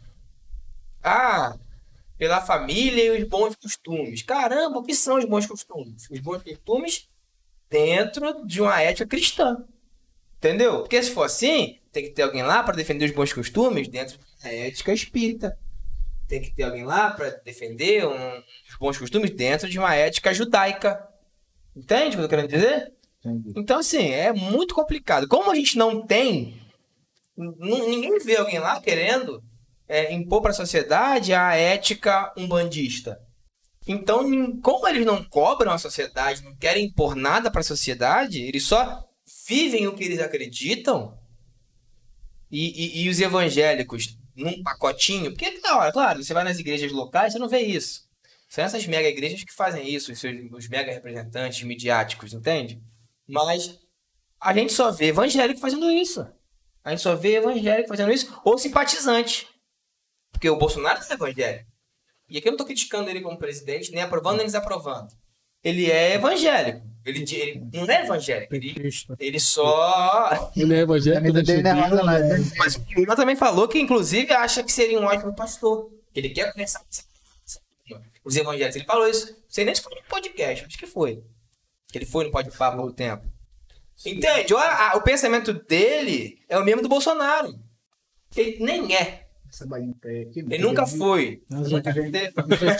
Ah, pela família e os bons costumes. Caramba, o que são os bons costumes? Os bons costumes dentro de uma ética cristã. Entendeu? Porque se for assim, tem que ter alguém lá para defender os bons costumes dentro da ética espírita. Tem que ter alguém lá para defender um, os bons costumes dentro de uma ética judaica. Entende o que eu tô querendo dizer? Entendi. Então, assim, é muito complicado. Como a gente não tem... n- Ninguém vê alguém lá querendo é, impor para a sociedade a ética umbandista. Então, nin- como eles não cobram a sociedade, não querem impor nada para a sociedade, eles só vivem o que eles acreditam. E, e, e os evangélicos num pacotinho, porque é da hora, claro, você vai nas igrejas locais, você não vê isso. São essas mega igrejas que fazem isso, os, seus, os mega representantes midiáticos, entende? Mas a gente só vê evangélico fazendo isso. A gente só vê evangélico fazendo isso, ou simpatizante. Porque o Bolsonaro é evangélico. E aqui eu não tô criticando ele como presidente, nem aprovando nem desaprovando. Ele é evangélico. Ele, ele não é evangélico. Ele, ele só... Ele é A evangélico, camisa dele não é rosa, não. né? Mas o Lula também falou que, inclusive, acha que seria um ótimo pastor. Que ele quer conversar com os evangélicos. Ele falou isso. Não sei nem se foi no podcast, acho que foi. Que ele foi no Podpah há pouco tempo. Entende? Olha, a- o pensamento dele é o mesmo do Bolsonaro. Ele nem é. Essa bainha tá aí aqui, Ele nunca foi. Nossa, Nunca gente. teve.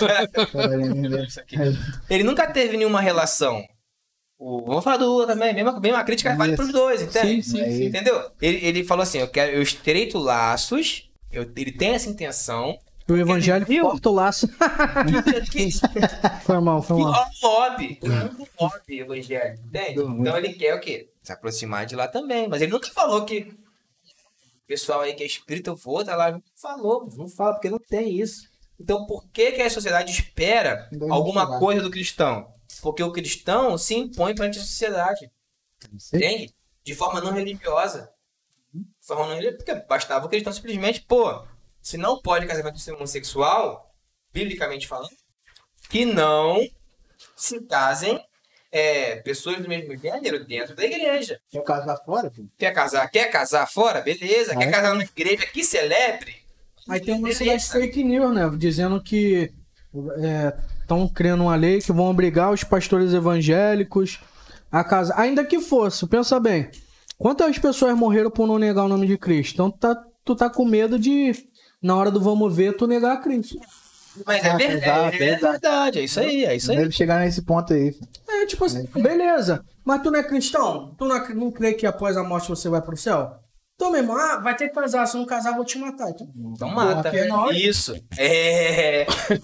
foi. Ele nunca teve nenhuma relação. O, vamos falar do Lula também, mesma, mesma crítica vale Isso. pros dois, entende? Sim, sim, sim. Entendeu? Ele, ele falou assim: eu quero, eu estreito laços, eu, ele tem essa intenção. O evangélico Viu? corta o laço. Que, Foi mal, foi que mal. lobby, um lobby evangélico, entende? Então ele quer o quê? Se aproximar de lá também. Mas ele nunca falou que o pessoal aí que é espírita, eu vou, tá lá. Não falou, não fala, porque não tem isso. Então por que, que a sociedade espera Não alguma falar. coisa do cristão? Porque o cristão se impõe perante a sociedade. Entende? De forma não religiosa. De forma não religiosa. Porque bastava o cristão simplesmente, pô, se não pode casamento homossexual, biblicamente falando, que não se casem é, pessoas do mesmo gênero dentro da igreja. Quer casar fora, filho? Quer casar? Quer casar fora? Beleza. Quer Ah, é? casar numa igreja que celebre? Aí tem um lance Beleza. das fake news, né? Dizendo que estão criando uma lei que vão obrigar os pastores evangélicos a casar. Ainda que fosse, pensa bem. Quantas pessoas morreram por não negar o nome de Cristo? Então tu tá, tu tá com medo de, na hora do vamos ver, tu negar a Cristo. Mas é Ah, verdade, exato, é exato. verdade. É isso aí, é isso aí. Deve chegar nesse ponto aí. filho. É tipo assim, beleza. Mas tu não é cristão? Tu não, ac- não crê que após a morte você vai pro céu? Então, meu irmão, ah, vai ter que casar. Se não casar, eu vou te matar. Então, Então mata. Porra, é nóis. Isso. É.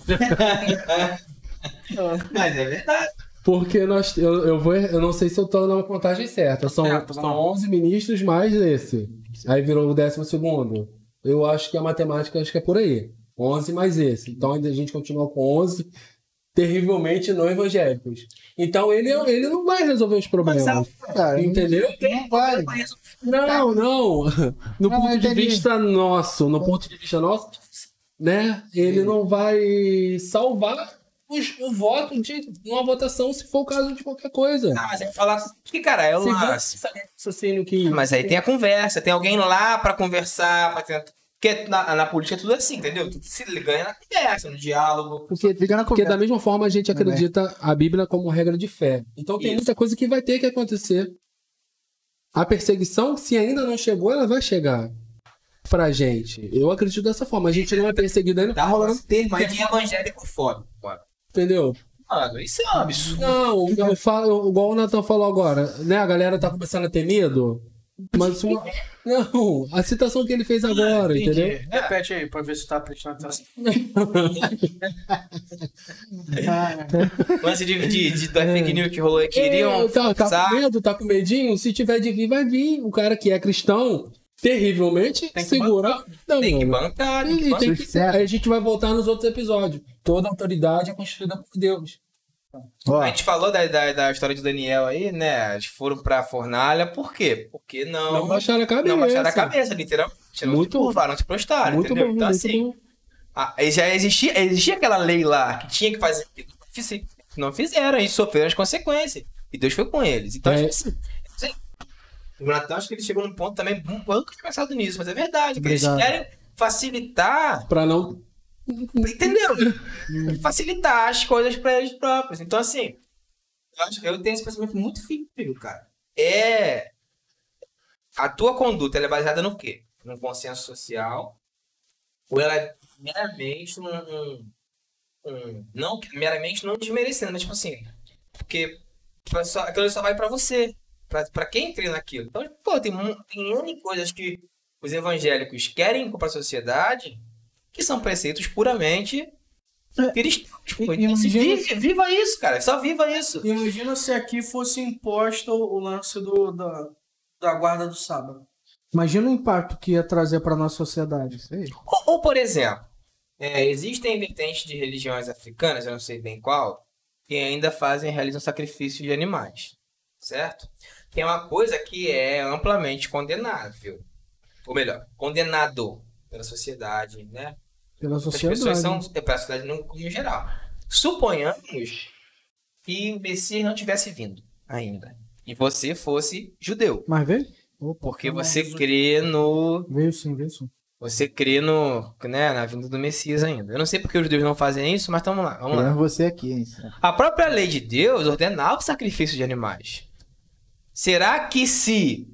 Mas é verdade. Porque nós, eu, eu, vou, eu não sei se eu tô na contagem certa. São, É, tô são na- onze ministros mais esse. Aí virou o décimo segundo. Eu acho que a matemática acho que é por aí. onze mais esse. Então ainda a gente continua com onze terrivelmente não evangélicos. Então ele, ele não vai resolver os problemas. Cara, Entendeu? não vai. Não, não. No Não, ponto eu de entendi. vista nosso, no ponto de vista nosso, né? Ele não vai salvar os- o voto de uma votação se for o caso de qualquer coisa. Ah, mas é falar que, cara, é o Segundo lance. essa linha de raciocínio que Mas aí tem a conversa, tem alguém lá pra conversar, pra tentar. Porque na, na política é tudo assim, entendeu? Tudo se ganha na conversa, no diálogo. Porque, Fica na porque conversa. da mesma forma a gente acredita a Bíblia como regra de fé. Então tem Isso. muita coisa que vai ter que acontecer. A perseguição, se ainda não chegou, ela vai chegar pra gente. Eu acredito dessa forma. A gente não é perseguido ainda, Tá rolando termo aí de evangélico foda. entendeu? Mano, isso é um absurdo. Não, eu falo, igual o Nathan falou agora, né? A galera tá começando a ter medo. Mas uma... não, a citação que ele fez agora, entendeu? Repete aí, pra ver se tá prestando atenção. O lance de, de, de, da fake news que rolou aí, queriam É, tá, tá forçar. com medo, tá com medinho? Se tiver de vir, vai vir. O cara que é cristão, terrivelmente, Tem que segura. Não, Tem que mano. bancar, tem que E bancar. tem que- aí a gente vai voltar nos outros episódios. Toda autoridade é constituída por Deus. Ó, A gente falou da, da, da história de Daniel aí, né? Eles foram pra fornalha, por quê? Porque não... Não baixaram a cabeça. Não baixaram a cabeça, literalmente. Não Muito- se curvaram, não se prostaram, Muito entendeu? bom, Então, muito assim, bom. ah, já existia, existia aquela lei lá que tinha que fazer aquilo. Não fizeram, eles sofreram as consequências. E Deus foi com eles. Então, É. tipo assim, assim, o Natan, acho que ele chegou num ponto também, um banco de pensado nisso, mas é verdade, que eles Obrigado. querem facilitar, Pra não... entendeu? Facilitar as coisas pra eles próprios. Então, assim, eu, acho, eu tenho esse pensamento muito firme, cara. É. A tua conduta, ela é baseada no quê? Num consenso social? Ou ela é meramente um. um, um não, meramente não desmerecendo, mas tipo assim. Porque só, aquilo só vai pra você. Pra, pra quem crê naquilo. Então, pô, tem, mu- tem N coisas que os evangélicos querem para a sociedade que são preceitos puramente cristãos. Pô, e- então, se imagina- vive, viva isso, cara. Só viva isso. Imagina se aqui fosse imposto o lance do, da, da guarda do sábado. Imagina o impacto que ia trazer para nossa sociedade. isso aí. Ou, ou, por exemplo, é, existem vertentes de religiões africanas, eu não sei bem qual, que ainda fazem, realizam sacrifícios de animais, certo? Que é uma coisa que é amplamente condenável. Ou melhor, condenado pela sociedade, né? Pela As sociedade. pessoas são, é, pela sociedade no como geral. Suponhamos que o Messias não tivesse vindo ainda. E você fosse judeu. Mas veio? Opa, Porque tá você bom. crê no... Veio sim, veio sim. Você crê no, né, na vinda do Messias ainda. Eu não sei porque os judeus não fazem isso, mas vamos lá, vamos lá. Queremos você aqui, hein? A própria lei de Deus ordenava o sacrifício de animais. Será que se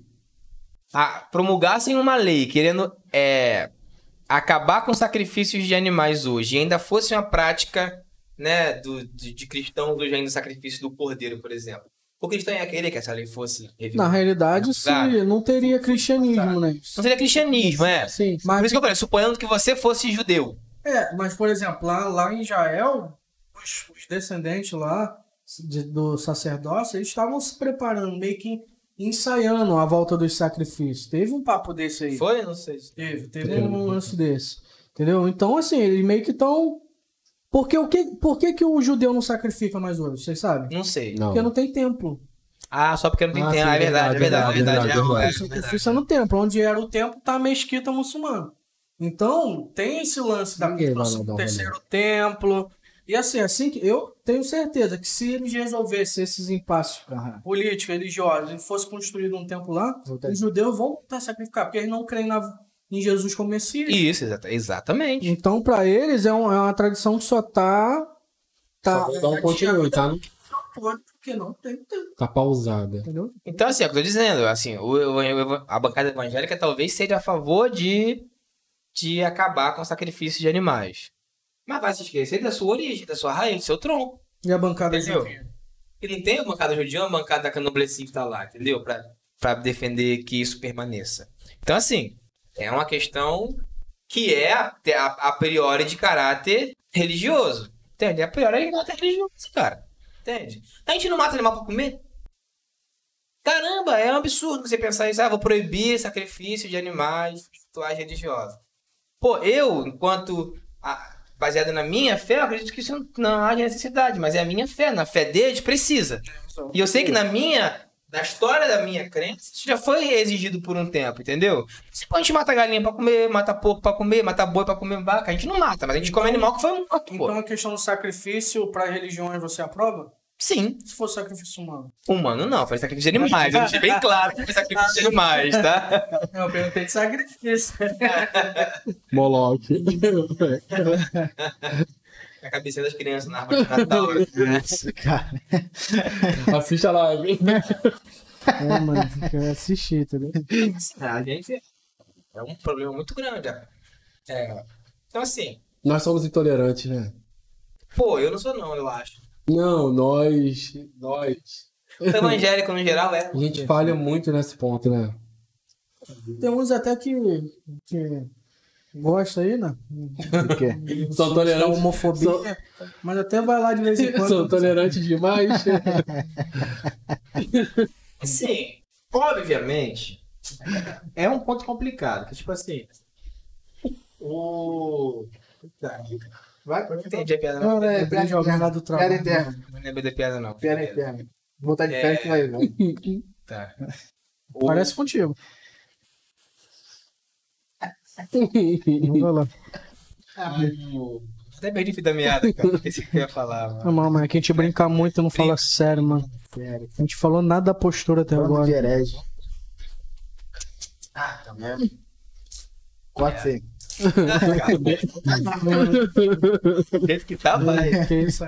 a, promulgassem uma lei querendo é, acabar com sacrifícios de animais hoje e ainda fosse uma prática, né, do, de, de cristãos hoje ainda o sacrifício do cordeiro, por exemplo? O cristão ia querer que essa lei fosse revivida. Na realidade, se Claro. não teria cristianismo, né? Não seria cristianismo, é? Sim. Por Mas, isso que eu falei, suponhando que você fosse judeu. é, mas, por exemplo, lá, lá em Israel, os, os descendentes lá de- do sacerdócio, eles estavam se preparando, meio que ensaiando a volta dos sacrifícios. Teve um papo desse aí. Foi? Não sei. Teve, teve um lance desse. Entendeu? Então, assim, eles meio que estão. Por que, o que, por que, que o judeu não sacrifica mais hoje? Vocês sabem? Não sei. Não. Porque não tem templo. Ah, só porque não tem Ah, tempo. sim, Ah, é verdade, é verdade, é verdade. verdade, é, verdade. é O sacrifício é no templo. Onde era o templo, tá a mesquita muçulmana. Então, tem esse lance da Ninguém vai lá construção dar do um terceiro templo. E assim, assim que eu tenho certeza que se eles resolvessem esses impasses Aham. políticos, religiosos, e fosse construído um templo lá, os judeus vão voltar a sacrificar, porque eles não creem na, em Jesus como Messias. Isso, exata- exatamente. Então, pra eles, é, um- é uma tradição que só tá. tá Só dá um continue, tá? Não pode, porque não tem tempo, Tá pausada. entendeu? Então, assim, é o que eu tô dizendo. Assim, o, o- o- a bancada evangélica talvez seja a favor de, de acabar com o sacrifício de animais. Mas vai se esquecer da sua origem, da sua raiz, do seu tronco. E a bancada Entendeu? judia? E não tem a bancada judia, a bancada da candomblessista que tá lá, entendeu? Pra, pra defender que isso permaneça. Então, assim, é uma questão que é a, a, a priori de caráter religioso. Entende? A priori é de caráter religioso, cara. Entende? A gente não mata animal pra comer? Caramba, é um absurdo você pensar isso. Ah, vou proibir sacrifício de animais, rituais religiosos. Pô, eu, enquanto ah, baseado na minha fé, eu acredito que isso não, não haja necessidade, mas é a minha fé. Na fé deles precisa. E eu sei que na minha, na história da minha crença, isso já foi exigido por um tempo, entendeu? Se a gente mata galinha pra comer, mata porco pra comer, mata boi pra comer vaca, a gente não mata, mas a gente come animal que foi morto, pô. Então a questão do sacrifício para religiões você aprova? Sim. Se for sacrifício humano. Humano não, foi sacrifício de animais. Eu deixei bem claro que foi sacrifício de animais, tá? Eu perguntei de sacrifício. Moloque. A cabeça das crianças na árvore de Natal. né? Cara, Assiste a live. É, mano, eu assisti, entendeu? A gente é um problema muito grande. ó. É, então, assim, Nós somos intolerantes, né? pô, eu não sou não, eu acho. Não, nós. Nós. O evangélico, no geral, é. A gente falha muito nesse ponto, né? Tem uns até que, que gosta aí, né? o quê? São Da tolerantes. homofobia. Mas até vai lá de vez em quando. São tolerantes demais. Sim, obviamente, é um ponto complicado. Que, tipo assim, o... Vai, Não pode entendi a piada, Não, não. né? Lembrei de alguém lá do Piada trabalho. eterna. Não lembrei da piada, não. Piada eterna. Vou botar de férias que vai ver. Tá. Parece contigo. Vai lá. Até perdi o fio da meada, cara. Esse que eu ia falar, mano. Não, mano, é que a gente brinca muito e não fala sério, mano. Sério. A gente falou nada da postura até Bando de agora. herege. Ah, tá bom. Corta isso aí. Do jeito que tá, vai. Que isso?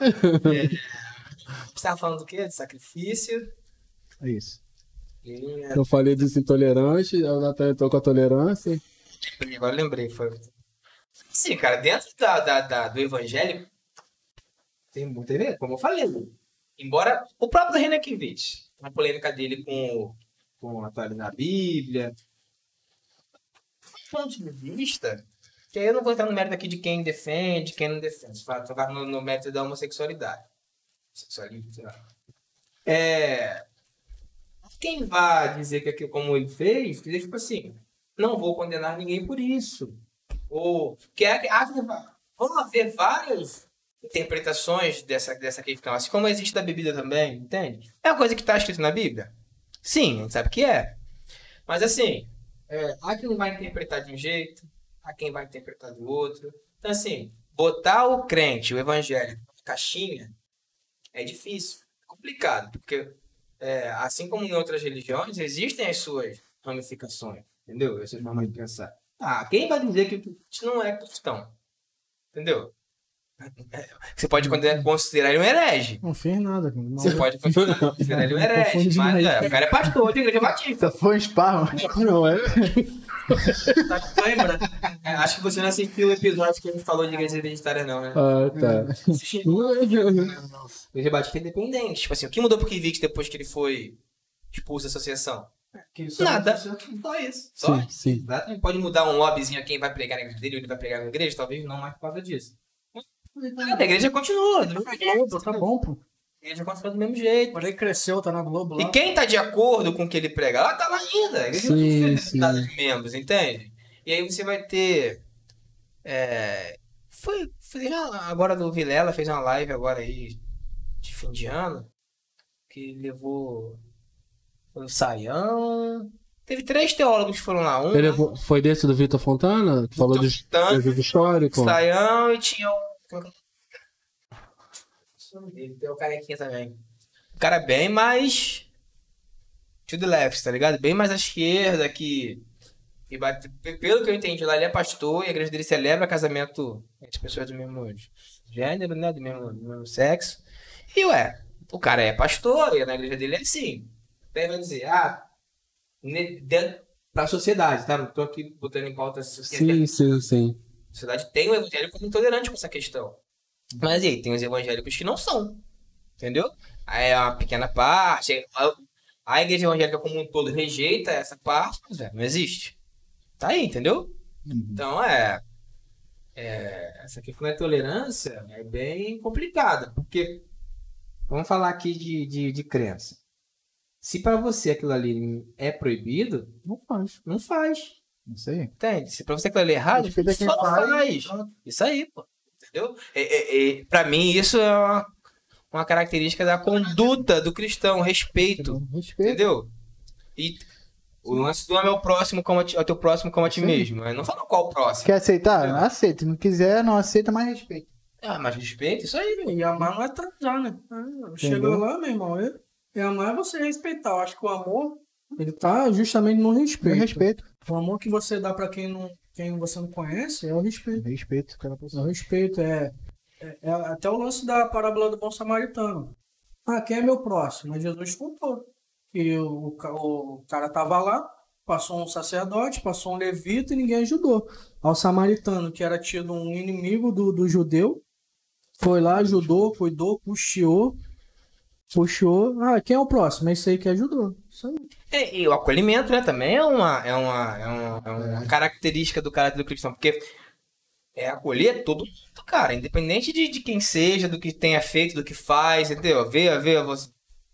Você tava falando do quê? De sacrifício. É isso. E Eu falei dos intolerantes, o Natan entrou com a tolerância. agora eu lembrei, foi. Sim, cara, dentro da, da, da- do evangelho tem muito a ver, como eu falei. Embora o próprio Renekiewicz, a polêmica dele com, com a atualidade na Bíblia, ponto de vista, que aí eu não vou entrar no mérito aqui de quem defende, quem não defende, vai tocar no, no mérito da homossexualidade. Sexualismo, sei lá. É, quem vai dizer que aquilo como ele fez, dizer tipo assim, não vou condenar ninguém por isso. Ou quer que ah, vão haver várias interpretações dessa, dessa questão, assim como existe da bebida também, entende? É uma coisa que está escrito na Bíblia? Sim, a gente sabe que é. Mas assim, é, há quem vai interpretar de um jeito, há quem vai interpretar do outro. Então assim, botar o crente, o evangélico, na caixinha, é difícil, é complicado, porque é, assim como em outras religiões, existem as suas ramificações, entendeu? Essas formas de pensar. Ah, quem vai dizer que isso não é cristão? Entendeu? Você pode considerar, considerar ele um herege. Não fiz nada. Não. Você pode considerar ele um herege. Confundi Mas demais. é, o cara é pastor de igreja batista. Só foi um esparro. Não é? Tá, lembra? É, acho que você não assistiu o episódio que a gente falou de igreja hereditária, não, né? Ah, tá. Igreja batista é independente. Tipo assim, o que mudou pro Kivix depois que ele foi expulso da associação? Nada. Só isso. Só Sim, sim. Exatamente. Pode mudar um lobbyzinho a quem vai pregar na igreja dele ou ele vai pregar na igreja, talvez não mais por causa disso. Nada, a igreja continua. Do mesmo jeito, Tá bom, pô. A igreja continua do mesmo jeito. Mas ele cresceu, tá na Globo lá. E quem tá de acordo com o que ele prega lá, tá lá ainda. A igreja Sim, não sim. tem de membros, entende? E aí você vai ter. É, foi, foi agora do Vilela, fez uma live agora aí de fim de ano, que levou. Foi o Saião. Teve três teólogos que foram lá. Um. Ele levou- foi desse do Vitor Fontana? Que falou do Fontana, do histórico? Saião e tinha o. Tem o carequinha também. O cara bem mais. To the left, tá ligado? Bem mais à esquerda, que. que bate- Pelo que eu entendi lá, ele é pastor e a igreja dele celebra casamento entre pessoas do mesmo gênero, né? Do mesmo, do mesmo sexo. E ué, o cara é pastor e na igreja dele é assim. Daí vai dizer, ah, ne- dentro pra sociedade, tá? Não tô aqui botando em pauta a sociedade. Sim, sim, sim. A sociedade tem o evangélico intolerante com essa questão. Mas e aí, tem os evangélicos que não são. Entendeu? Aí é uma pequena parte. A, a igreja evangélica como um todo rejeita essa parte, mas é, não existe. Tá aí, entendeu? Então é, é. Essa questão da tolerância é bem complicada. Porque, vamos falar aqui de, de, de crença. Se pra você aquilo ali é proibido, Não faz. não faz. Não sei. Entende? Se pra você aquilo ali é errado, Respeita quem só faz, faz. pronto. Isso aí, pô. Entendeu? É, é, é, pra mim, isso é uma, uma característica da conduta do cristão, respeito. Respeito. Entendeu? E o lance do é meu próximo como a ti, é o teu próximo como a ti Sim. mesmo. Mas não fala qual o próximo. Quer aceitar? É. Aceita. Se não quiser, não aceita, mas respeita. Ah, mas respeito, isso aí. E amar não é transar, né? Chegou lá, meu irmão. eu- E amar é você respeitar. Eu acho que o amor, ele tá justamente no respeito. Eu respeito. O amor que você dá pra quem, não, quem você não conhece é o respeito. Respeito. Aquela É pessoa. o respeito. É, é, é até o lance da parábola do bom samaritano. Ah, quem é meu próximo? Mas Jesus contou. Que o, ca- o cara tava lá, passou um sacerdote, passou um levita e ninguém ajudou. Ao samaritano, que era tido um inimigo do, do judeu, foi lá, ajudou, cuidou, puxou, puxou. Ah, quem é o próximo? É esse aí que ajudou. Isso aí. É, e o acolhimento, né, também é uma, é uma, é uma, é uma característica do caráter do cristão. Porque é acolher todo mundo, cara. Independente de, de quem seja, do que tenha feito, do que faz, entendeu? Vê, vê, você.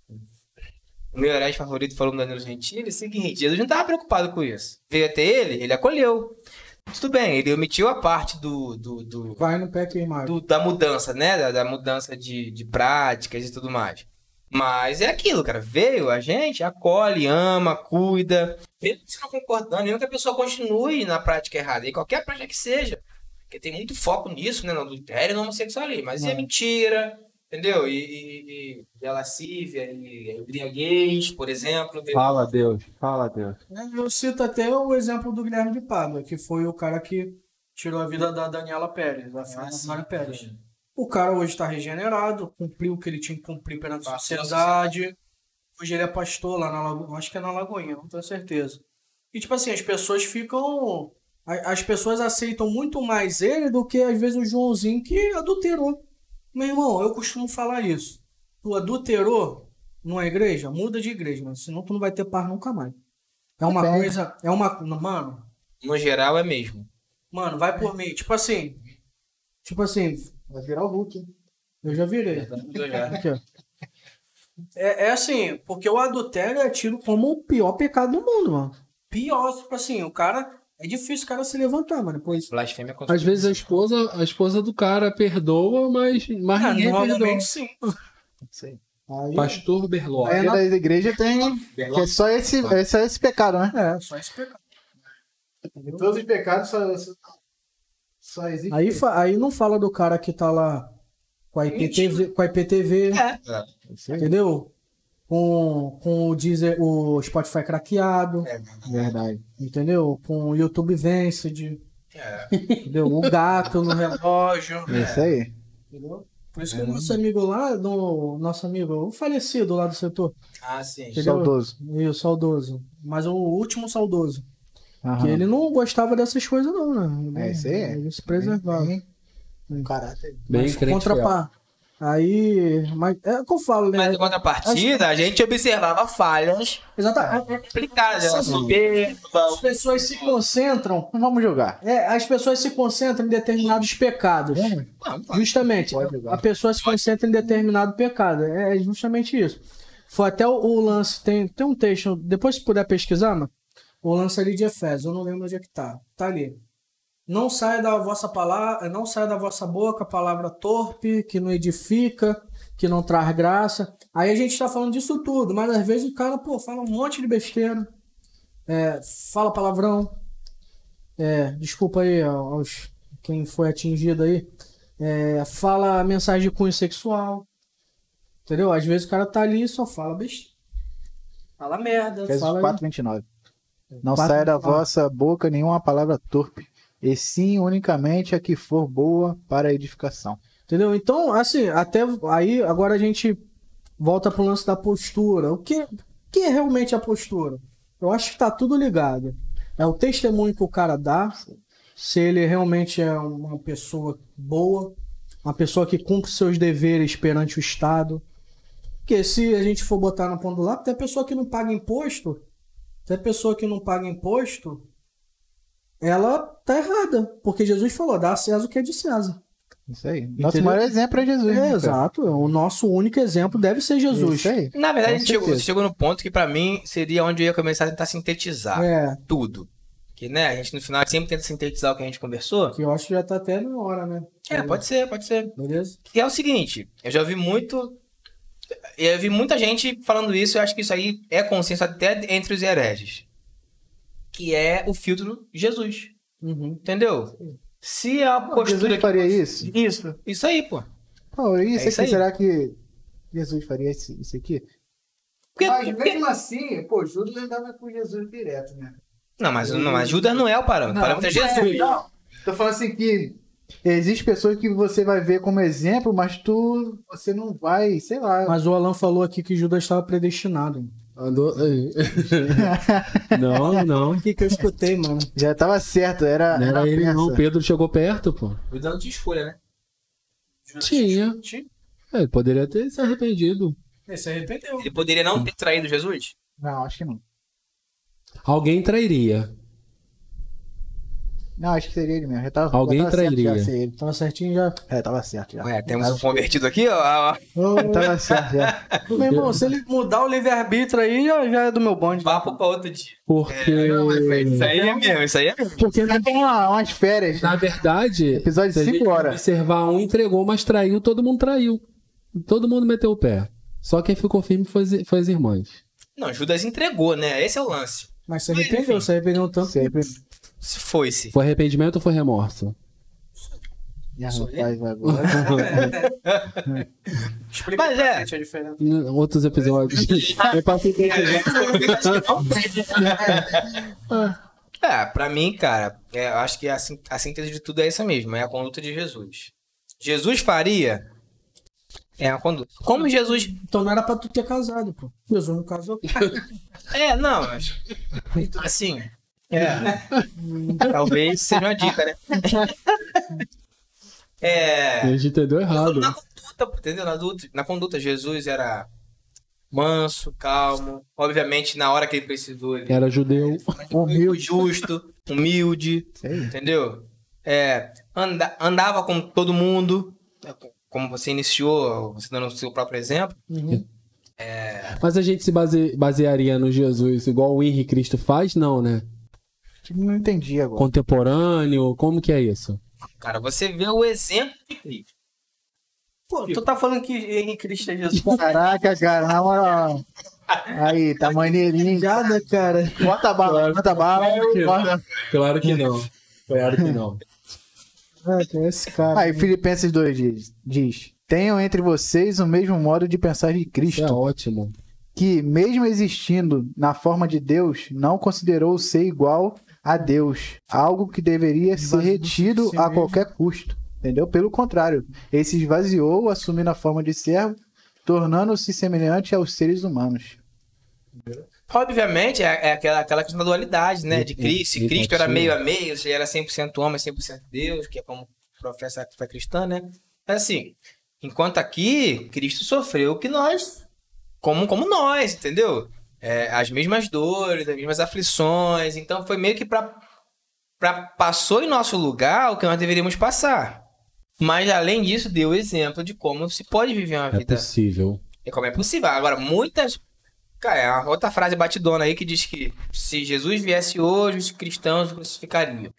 O meu herege favorito falou do Danilo Gentili, é o seguinte, Jesus não estava preocupado com isso. Veio até ele, ele acolheu. Tudo bem, ele omitiu a parte do, do, do, Vai no pé queimado. do- da mudança, né? Da, da mudança de, de práticas e tudo mais. Mas é aquilo, cara. Veio a gente, acolhe, ama, cuida. Mesmo se não concordando, mesmo que a pessoa continue na prática errada. E qualquer prática que seja. Porque tem muito foco nisso, né? No adultério e no homossexualismo. Mas é mentira, entendeu? E, e, e a lascívia, e embriaguez, por exemplo. Entendeu? Fala Deus, fala Deus. Eu cito até o exemplo do Guilherme de Pádua, que foi o cara que tirou a vida da Daniela Pérez, da filha da Daniela Pérez. O cara hoje está regenerado, cumpriu o que ele tinha que cumprir perante a sociedade. Hoje ele é pastor lá na Lagoinha, acho que é na Lagoinha, não tenho certeza. E tipo assim, as pessoas ficam... a- As pessoas aceitam muito mais ele do que às vezes o Joãozinho que adulterou. Meu irmão, eu costumo falar isso. Tu adulterou numa igreja, muda de igreja, mano, senão tu não vai ter paz nunca mais. É uma Bem. coisa, é uma... Mano, No geral é mesmo. mano, vai por mim. Tipo assim, tipo assim, Vai virar o Hulk, hein? eu já virei. Aqui, ó. É, é assim, porque o adultério é tido como o pior pecado do mundo, mano. Pior, tipo assim, o cara... É difícil o cara se levantar, mano. Depois... Blasfêmia contra Às vezes a esposa, a esposa do cara perdoa, mas, mas Ah, ninguém perdoa. normalmente sim. Aí, Pastor Berló. É, Aí na- da igreja tem. Que é só esse, é só esse pecado, né? é, só esse pecado. Todos os pecados só, só, só existem. Aí, fa- aí não fala do cara que tá lá com a I P T V, com a I P T V, entendeu? Com, com o Deezer, o Spotify craqueado, Verdade. entendeu? Com o YouTube Vanced, É. entendeu? O gato no relógio, É isso aí. entendeu? Por isso que o nosso amigo lá, do, nosso amigo, o falecido lá do setor, Ah, sim. entendeu? Saudoso. E o saudoso, mas o último saudoso, Aham. que ele não gostava dessas coisas não, né? Ele, É isso aí. Ele se preservava. Bem- Um caráter. Bem Mas crente contra fiel. pá. Aí, mas é o que eu falo, né? Mas em contrapartida, a gente observava falhas Exatamente. explicadas. Ela Sim. soberba. As pessoas se concentram, Não vamos julgar. é, as pessoas se concentram em determinados pecados. Justamente, Pode jogar. a pessoa se concentra em determinado pecado. É justamente isso. Foi até o, o lance, tem, tem um texto, depois se puder pesquisar, mano, o lance ali de Efésios, eu não lembro onde é que tá. Tá ali. Não saia da vossa palavra, não saia da vossa boca a palavra torpe, que não edifica, que não traz graça. Aí a gente tá falando disso tudo, mas às vezes o cara, pô, fala um monte de besteira, é, fala palavrão, é, desculpa aí aos quem foi atingido aí, é, fala mensagem de cunho sexual, entendeu? Às vezes o cara tá ali e só fala besteira, fala merda, Efésios fala... quatro, vinte e nove. Não Quatro, saia da vinte e nove. vossa boca nenhuma palavra torpe, e sim unicamente a que for boa para a edificação. Entendeu? Então, assim, até aí, agora a gente volta pro lance da postura. O que, o que é realmente a postura? Eu acho que tá tudo ligado. É o testemunho que o cara dá, se ele realmente é uma pessoa boa, uma pessoa que cumpre seus deveres perante o Estado. Porque se a gente for botar no ponto do lápis, tem pessoa que não paga imposto, tem pessoa que não paga imposto, ela tá errada. Porque Jesus falou, dá a César o que é de César. Isso aí. Nosso Entendeu? maior exemplo é Jesus. né, É, cara? exato. O nosso único exemplo deve ser Jesus. Isso aí. Na verdade, Com a gente chegou, certeza. chegou no ponto que pra mim seria onde eu ia começar a tentar sintetizar É, tudo. Que, né, a gente no final sempre tenta sintetizar o que a gente conversou. que eu acho que já tá até na hora, né? É, pode ser, pode ser. Beleza? Que é o seguinte, eu já ouvi muito. Eu vi muita gente falando isso, eu acho que isso aí é consenso até entre os hereges. Que é o filtro Jesus. Uhum. Entendeu? Se a postura. Jesus que- faria isso? Isso, isso aí, pô. Pô, isso, É aqui, isso aí. será que Jesus faria isso, isso aqui? Porque- Mas porque- mesmo assim, pô, Judas andava com Jesus direto, né? Não, mas, não, mas Judas não é o parâmetro. O parâmetro é não Jesus. não. Tô falando assim que existe pessoas que você vai ver como exemplo, mas tu, você não vai, sei lá. Mas o Alan falou aqui que Judas estava predestinado. Andou... não, não. O que que eu escutei, mano? Já tava certo, era, Não era era ele, peça. não. Pedro chegou perto, pô. Judas não tinha escolha, né? Tinha. É, ele poderia ter se arrependido. Ele se arrependeu. Ele poderia não ter traído Jesus? Não, acho que não. Alguém trairia. Não, acho que seria ele mesmo. Já tava, Alguém já tava certo trairia. já ser ele. Tava certinho já. É, tava certo já. Ué, temos Tava- um convertido aqui, ó. Tava certo já. Meu irmão, se ele mudar o livre-arbítrio aí, já, já é do meu bonde. Papo pra outro dia. Porque, Isso aí é mesmo, isso aí é mesmo. Porque vai ter uma- umas férias. na verdade, Episódio se a de cinco gente horas. observar, um entregou, mas traiu, todo mundo traiu. Todo mundo meteu o pé. Só quem ficou firme foi, as- foi as irmãs. Não, Judas entregou, né? Esse é o lance. Mas se arrependeu, se arrependeu tanto. Sempre. Se foi-se. Foi arrependimento ou foi remorso? Já não faz agora. Explica Mas pra é. gente a diferença. Em outros episódios. Eu passei por É, pra mim, cara, é, eu acho que a, sin- a síntese de tudo é essa mesmo, é a conduta de Jesus. Jesus faria é a conduta. Como Jesus... Então não era pra tu ter casado, pô. Jesus não casou. É, não, mas... Assim, é... Talvez seja uma dica, né? É... A gente entendeu errado. Na conduta, entendeu? Na, conduta, na conduta, Jesus era manso, calmo. Obviamente, na hora que ele precisou, ele Era judeu. foi justo, humilde, Sei. entendeu? É, anda- andava com todo mundo, como você iniciou, você dando o seu próprio exemplo. Uhum. Mas a gente se base- basearia no Jesus igual o Henrique Cristo faz? Não, né? Não entendi agora. Contemporâneo, como que é isso? Cara, você vê o exemplo de Cristo. Pô, tu tá falando que em Cristo é Jesus. Caraca, cara, na moral. Aí, tá maneirinho. Nada, cara. Bota a bala, bota a bala. Bota... Claro que não. Claro que não. É, que é esse cara. Aí, Filipenses dois diz, diz: tenham entre vocês o mesmo modo de pensar de Isso é Cristo, ótimo. que, mesmo existindo na forma de Deus, não considerou ser igual a Deus, algo que deveria ser Esvaziou-se de retido si a mesmo. qualquer custo. Entendeu? Pelo contrário, ele se esvaziou, assumindo a forma de servo, tornando-se semelhante aos seres humanos. Obviamente, é, é aquela, aquela questão da dualidade, né? De E- Cristo. e- Se Cristo era empatia. meio a meio, se ele era cem por cento homem, cem por cento Deus, que é como professa a fé cristã, né? É assim, enquanto aqui, Cristo sofreu o que nós, como, como nós, entendeu? É, as mesmas dores, as mesmas aflições. Então, foi meio que pra, pra, passou em nosso lugar o que nós deveríamos passar. Mas, além disso, deu o exemplo de como se pode viver uma É vida... possível. E como é possível. Agora, muitas. Cara, é uma outra frase batidona aí que diz que se Jesus viesse hoje, os cristãos o crucificariam.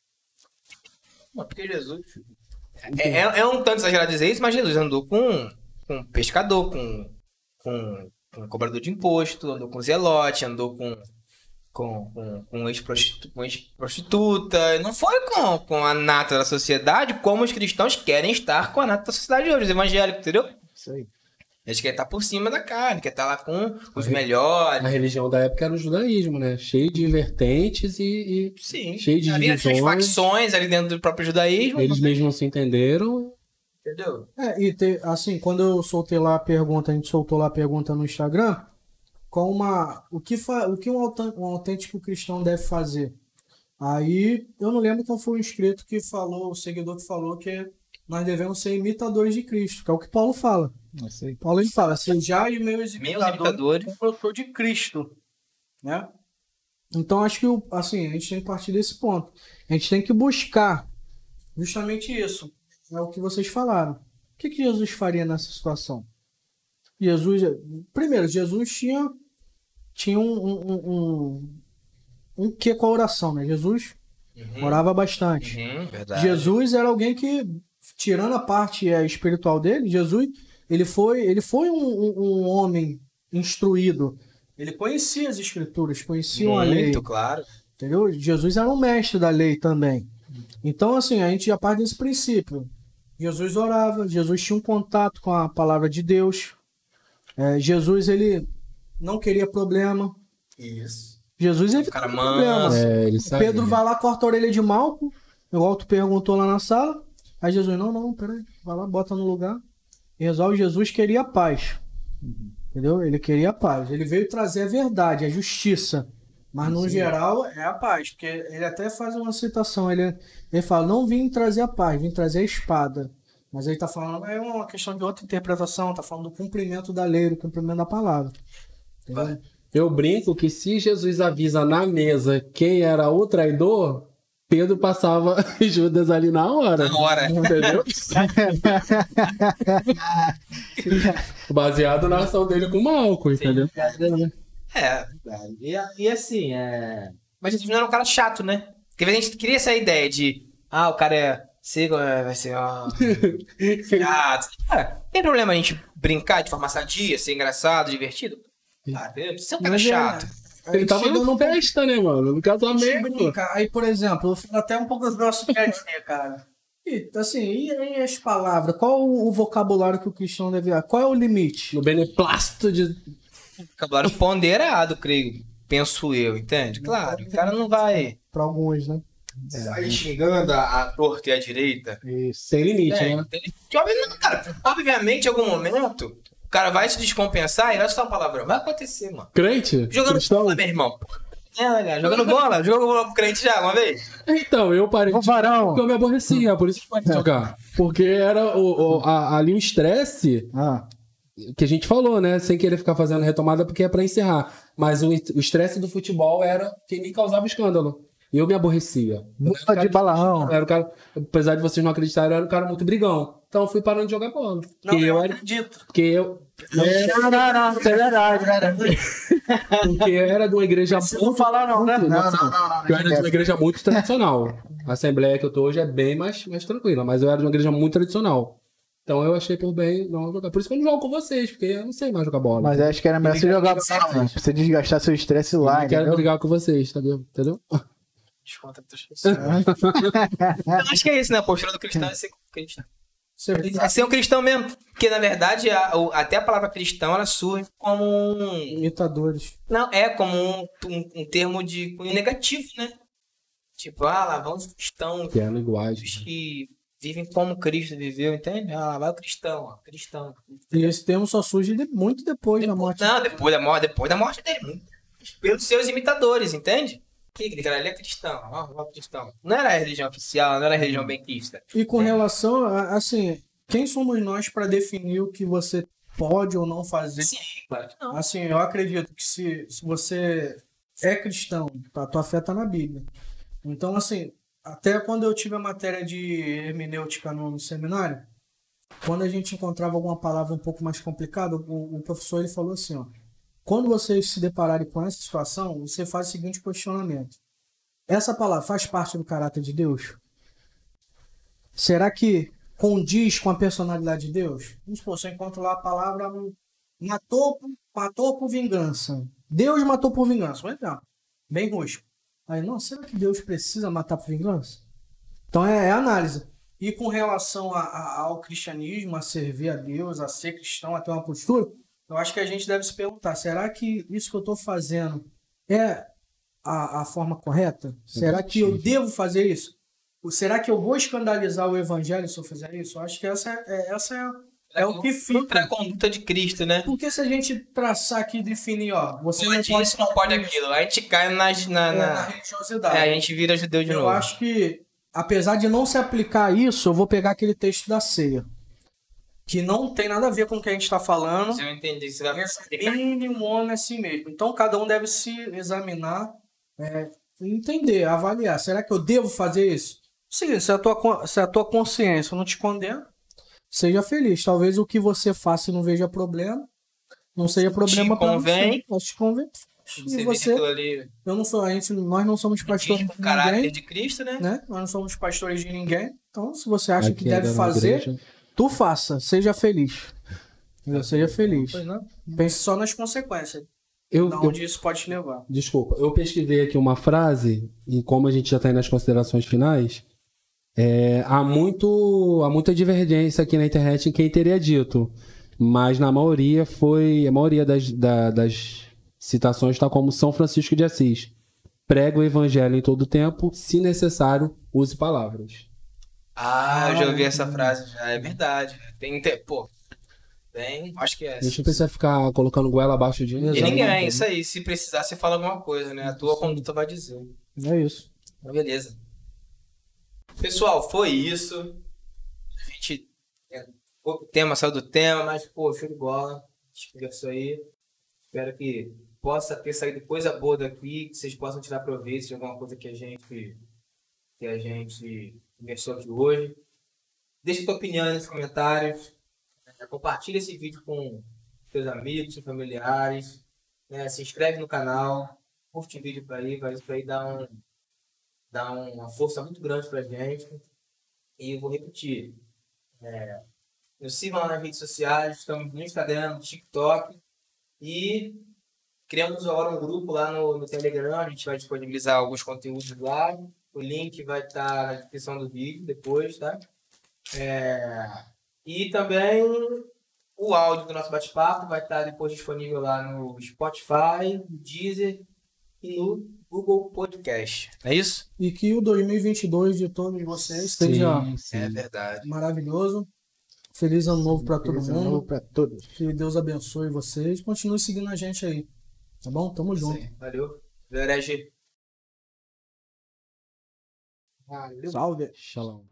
Mas porque Jesus. É, é, é um tanto exagerado dizer isso, mas Jesus andou com, com pescador, com, com, com cobrador de imposto, andou com zelote, andou com. Com, com, com ex-prostitu- com ex-prostituta, não foi com, com a nata da sociedade como os cristãos querem estar com a nata da sociedade hoje, os evangélicos, entendeu? Isso aí. Eles querem estar por cima da carne, querem estar lá com os A melhores. religião da época era o judaísmo, né? Cheio de vertentes e, Sim. cheio de Havia essas divisões. facções ali dentro do próprio judaísmo. e eles mesmos não se entenderam. Entendeu? É, e te- assim, quando eu soltei lá a pergunta, a gente soltou lá a pergunta no Instagram, com uma, o que, fa, o que um, autan- um autêntico cristão deve fazer? Aí, eu não lembro qual foi o inscrito que falou, o seguidor que falou que nós devemos ser imitadores de Cristo, que é o que Paulo fala. Isso aí. Paulo ele fala, sejai meus Meus imitadores, imitadores. como eu sou de Cristo, né? Então acho que o- assim, a gente tem que partir desse ponto. A gente tem que buscar justamente isso. É o que vocês falaram. O que, que Jesus faria nessa situação? Jesus, primeiro, Jesus tinha tinha um um, um, um, um quê com a oração, né? Jesus orava bastante. Uhum, verdade. Jesus era alguém que, tirando a parte é, espiritual dele, Jesus, ele foi, ele foi um, um- um homem instruído. Ele conhecia as escrituras, conhecia a lei, Muito, claro. entendeu? Jesus era um mestre da lei também. Então, assim, a gente já parte desse princípio. Jesus orava, Jesus tinha um contato com a palavra de Deus. É, Jesus, ele não queria problema. Isso. Jesus Um evitava cara problema. manso. É, ele sabia. Pedro vai lá, corta a orelha de Malco, igual tu perguntou lá na sala. Aí Jesus, não, não, peraí, vai lá, bota no lugar. E resolve. Jesus queria paz. Entendeu? Ele queria paz. Ele veio trazer a verdade, a justiça. Mas no geral é a paz. Porque ele até faz uma citação. Ele, ele fala, não vim trazer a paz, vim trazer a espada. Mas aí tá falando, é uma questão de outra interpretação, tá falando do cumprimento da lei, do cumprimento da palavra. Entendeu? Eu brinco que se Jesus avisa na mesa quem era o traidor, Pedro passava Judas ali na hora. Na hora. Entendeu? Baseado na ação dele com o Malco, entendeu? É. E, e assim, é. Mas a gente não era um cara chato, né? Porque a gente queria essa ideia de. Ah, o cara é. Seco, é, vai ser. Ó, chato. Cara, tem problema a gente brincar de forma sadia, ser engraçado, divertido? Ah, entendeu? Você é um cara Mas é- chato. Ele tava chega numa num festa, né, mano? No casamento. Brinca. Aí, por exemplo, eu falo até um pouco do nosso dia a dia, cara. E, assim, e aí as palavras? Qual o o vocabulário que o cristão deve... Qual é o limite? No beneplácito de... Vocabulário ponderado, creio. Penso eu, entende? Claro, o cara não vai. Pra alguns, né? Sai xingando a, a torta e a direita. Isso. Sem limite, É, né? tem- que obvi- cara, obviamente, em algum momento, o cara vai se descompensar e vai soltar um palavrão. Vai acontecer, mano. Crente? Jogando Cristão? bola, meu irmão. É, legal. Jogando bola? Jogou bola pro crente já, uma vez? Então, eu parei Ô, de varão. porque eu me aborrecia, por isso que eu parei de jogar. Porque era o, o- a- ali o estresse Ah, que a gente falou, né? Sem querer ficar fazendo retomada, porque é pra encerrar. Mas o o estresse do futebol era que me causava escândalo. E eu me aborrecia. Eu Bula era um cara de balão. Eu era um cara, apesar de vocês não acreditarem, eu era um cara muito brigão. Então eu fui parando de jogar bola. Porque eu era. acredito. Porque eu. não, não, não, isso é verdade, verdade. Porque eu era de uma igreja Não muito. falar não, né? muito- Não, nossa, não, não, não. Eu era de uma igreja muito tradicional. A assembleia que eu tô hoje é bem mais, mais tranquila, mas eu era de uma igreja muito tradicional. Então eu achei por bem não jogar. Por isso que eu não jogo com vocês, porque eu não sei mais jogar bola. Mas acho que era melhor você jogar bola, pra você desgastar seu estresse eu lá, não quero entendeu? brigar com vocês, tá vendo? Entendeu? Desconta teus pessoas. Então, acho que é isso, né? A postura do cristão é ser cristão. É ser um cristão mesmo. Porque, na verdade, a- o- até a palavra cristão, ela surge como um... Imitadores. Não, é como um, um, um termo de cunho negativo, né? Tipo, ah, lá vão os cristãos Que é a linguagem. os que vivem como Cristo viveu, entende? Ah, lá vai o cristão, ó, cristão. E esse termo só surge de- muito depois da morte. Não, depois da morte, depois da morte dele. muito. Pelos seus imitadores, entende? Que aquele cara ali é cristão, ó, ó, cristão. Não era a religião oficial, não era a religião benquista. E com relação a, assim, quem somos nós para definir o que você pode ou não fazer? Sim, claro que não. Assim, eu acredito que se, se você é cristão, a tua fé tá na Bíblia. Então, assim, até quando eu tive a matéria de hermenêutica no, no seminário, quando a gente encontrava alguma palavra um pouco mais complicada, o, o professor ele falou assim, ó, quando vocês se depararem com essa situação, você faz o seguinte questionamento. Essa palavra faz parte do caráter de Deus? Será que condiz com a personalidade de Deus? Vamos supor, você encontra lá a palavra matou, matou por vingança. Deus matou por vingança. Um exemplo. Bem rústico. Aí, não, será que Deus precisa matar por vingança? Então é, é análise. E com relação a, a, ao cristianismo, a servir a Deus, a ser cristão, a ter uma postura, eu acho que a gente deve se perguntar, será que isso que eu estou fazendo é a, a forma correta? Será que eu devo fazer isso? Ou será que eu vou escandalizar o evangelho se eu fizer isso? Eu acho que essa é, é- essa é, é o que fica. Pra conduta de Cristo, né? Porque se a gente traçar aqui e definir, ó, você não Pode pode isso, não pode aquilo. A gente cai nas- na, é, na na... religiosidade. É, a gente vira judeu de Eu novo. acho que, apesar de não se aplicar isso, eu vou pegar aquele texto da ceia. Que não tem nada a ver com o que a gente está falando. Se eu entendi, você vai Mínimo homem é assim mesmo. Então cada um deve se examinar, é, entender, avaliar. Será que eu devo fazer isso? Sim, se a tua, con- se a tua consciência não te condena, seja feliz. Talvez o que você faça e não veja problema, não seja problema para convém. você. Mas te convém. Você E vê você, aquilo ali eu não sou, a gente, nós não somos pastores diz de o caráter ninguém, de Cristo, né? né? Nós não somos pastores de ninguém. Então, se você acha Aqui que deve era na fazer, igreja. tu faça. Seja feliz. Entendeu? Seja feliz. Pois não. Pense só nas consequências. Eu, Da eu- onde isso pode te levar. Desculpa, eu pesquisei aqui uma frase, e como a gente já está aí nas considerações finais, é, há, muito, há muita divergência aqui na internet em quem teria dito, mas na maioria foi, a maioria das, da- das citações está como São Francisco de Assis. Prega o evangelho em todo tempo, se necessário, use palavras. Ah, eu já ouvi essa frase já. É verdade. Tem, tem pô. Tem, acho que é A essa. gente não precisa ficar colocando goela abaixo de E ninguém, isso aí. Se precisar, você fala alguma coisa, né? A tua conduta vai dizer. É isso. Mas beleza. Pessoal, foi isso. A gente. É, pouco tema, saiu do tema, mas, pô, show de bola. A gente conversou aí. Espero que possa ter saído coisa boa daqui, que vocês possam tirar proveito de alguma coisa que a gente que a gente conversou aqui hoje. Deixa tua opinião nos comentários. É, compartilha esse vídeo com seus amigos, seus familiares. Né? Se inscreve no canal. Curte o vídeo para aí. Vai isso aí dar, um, dar uma força muito grande pra gente. E eu vou repetir. É, nos sigam lá nas redes sociais. Estamos no Instagram, no TikTok. E criamos agora um grupo lá no, no Telegram. A gente vai disponibilizar alguns conteúdos lá. O link vai estar na descrição do vídeo depois, tá? É... E também o áudio do nosso bate-papo vai estar depois disponível lá no Spotify, no Deezer e no Google Podcast. É isso? E que o dois mil e vinte e dois de todos vocês seja É verdade. maravilhoso. Feliz ano novo para todo Feliz ano novo mundo. pra todos. Que Deus abençoe vocês. Continue seguindo a gente aí. Tá bom? Tamo junto. Sim. Valeu. Valeu, Herege. Salve. Shalom.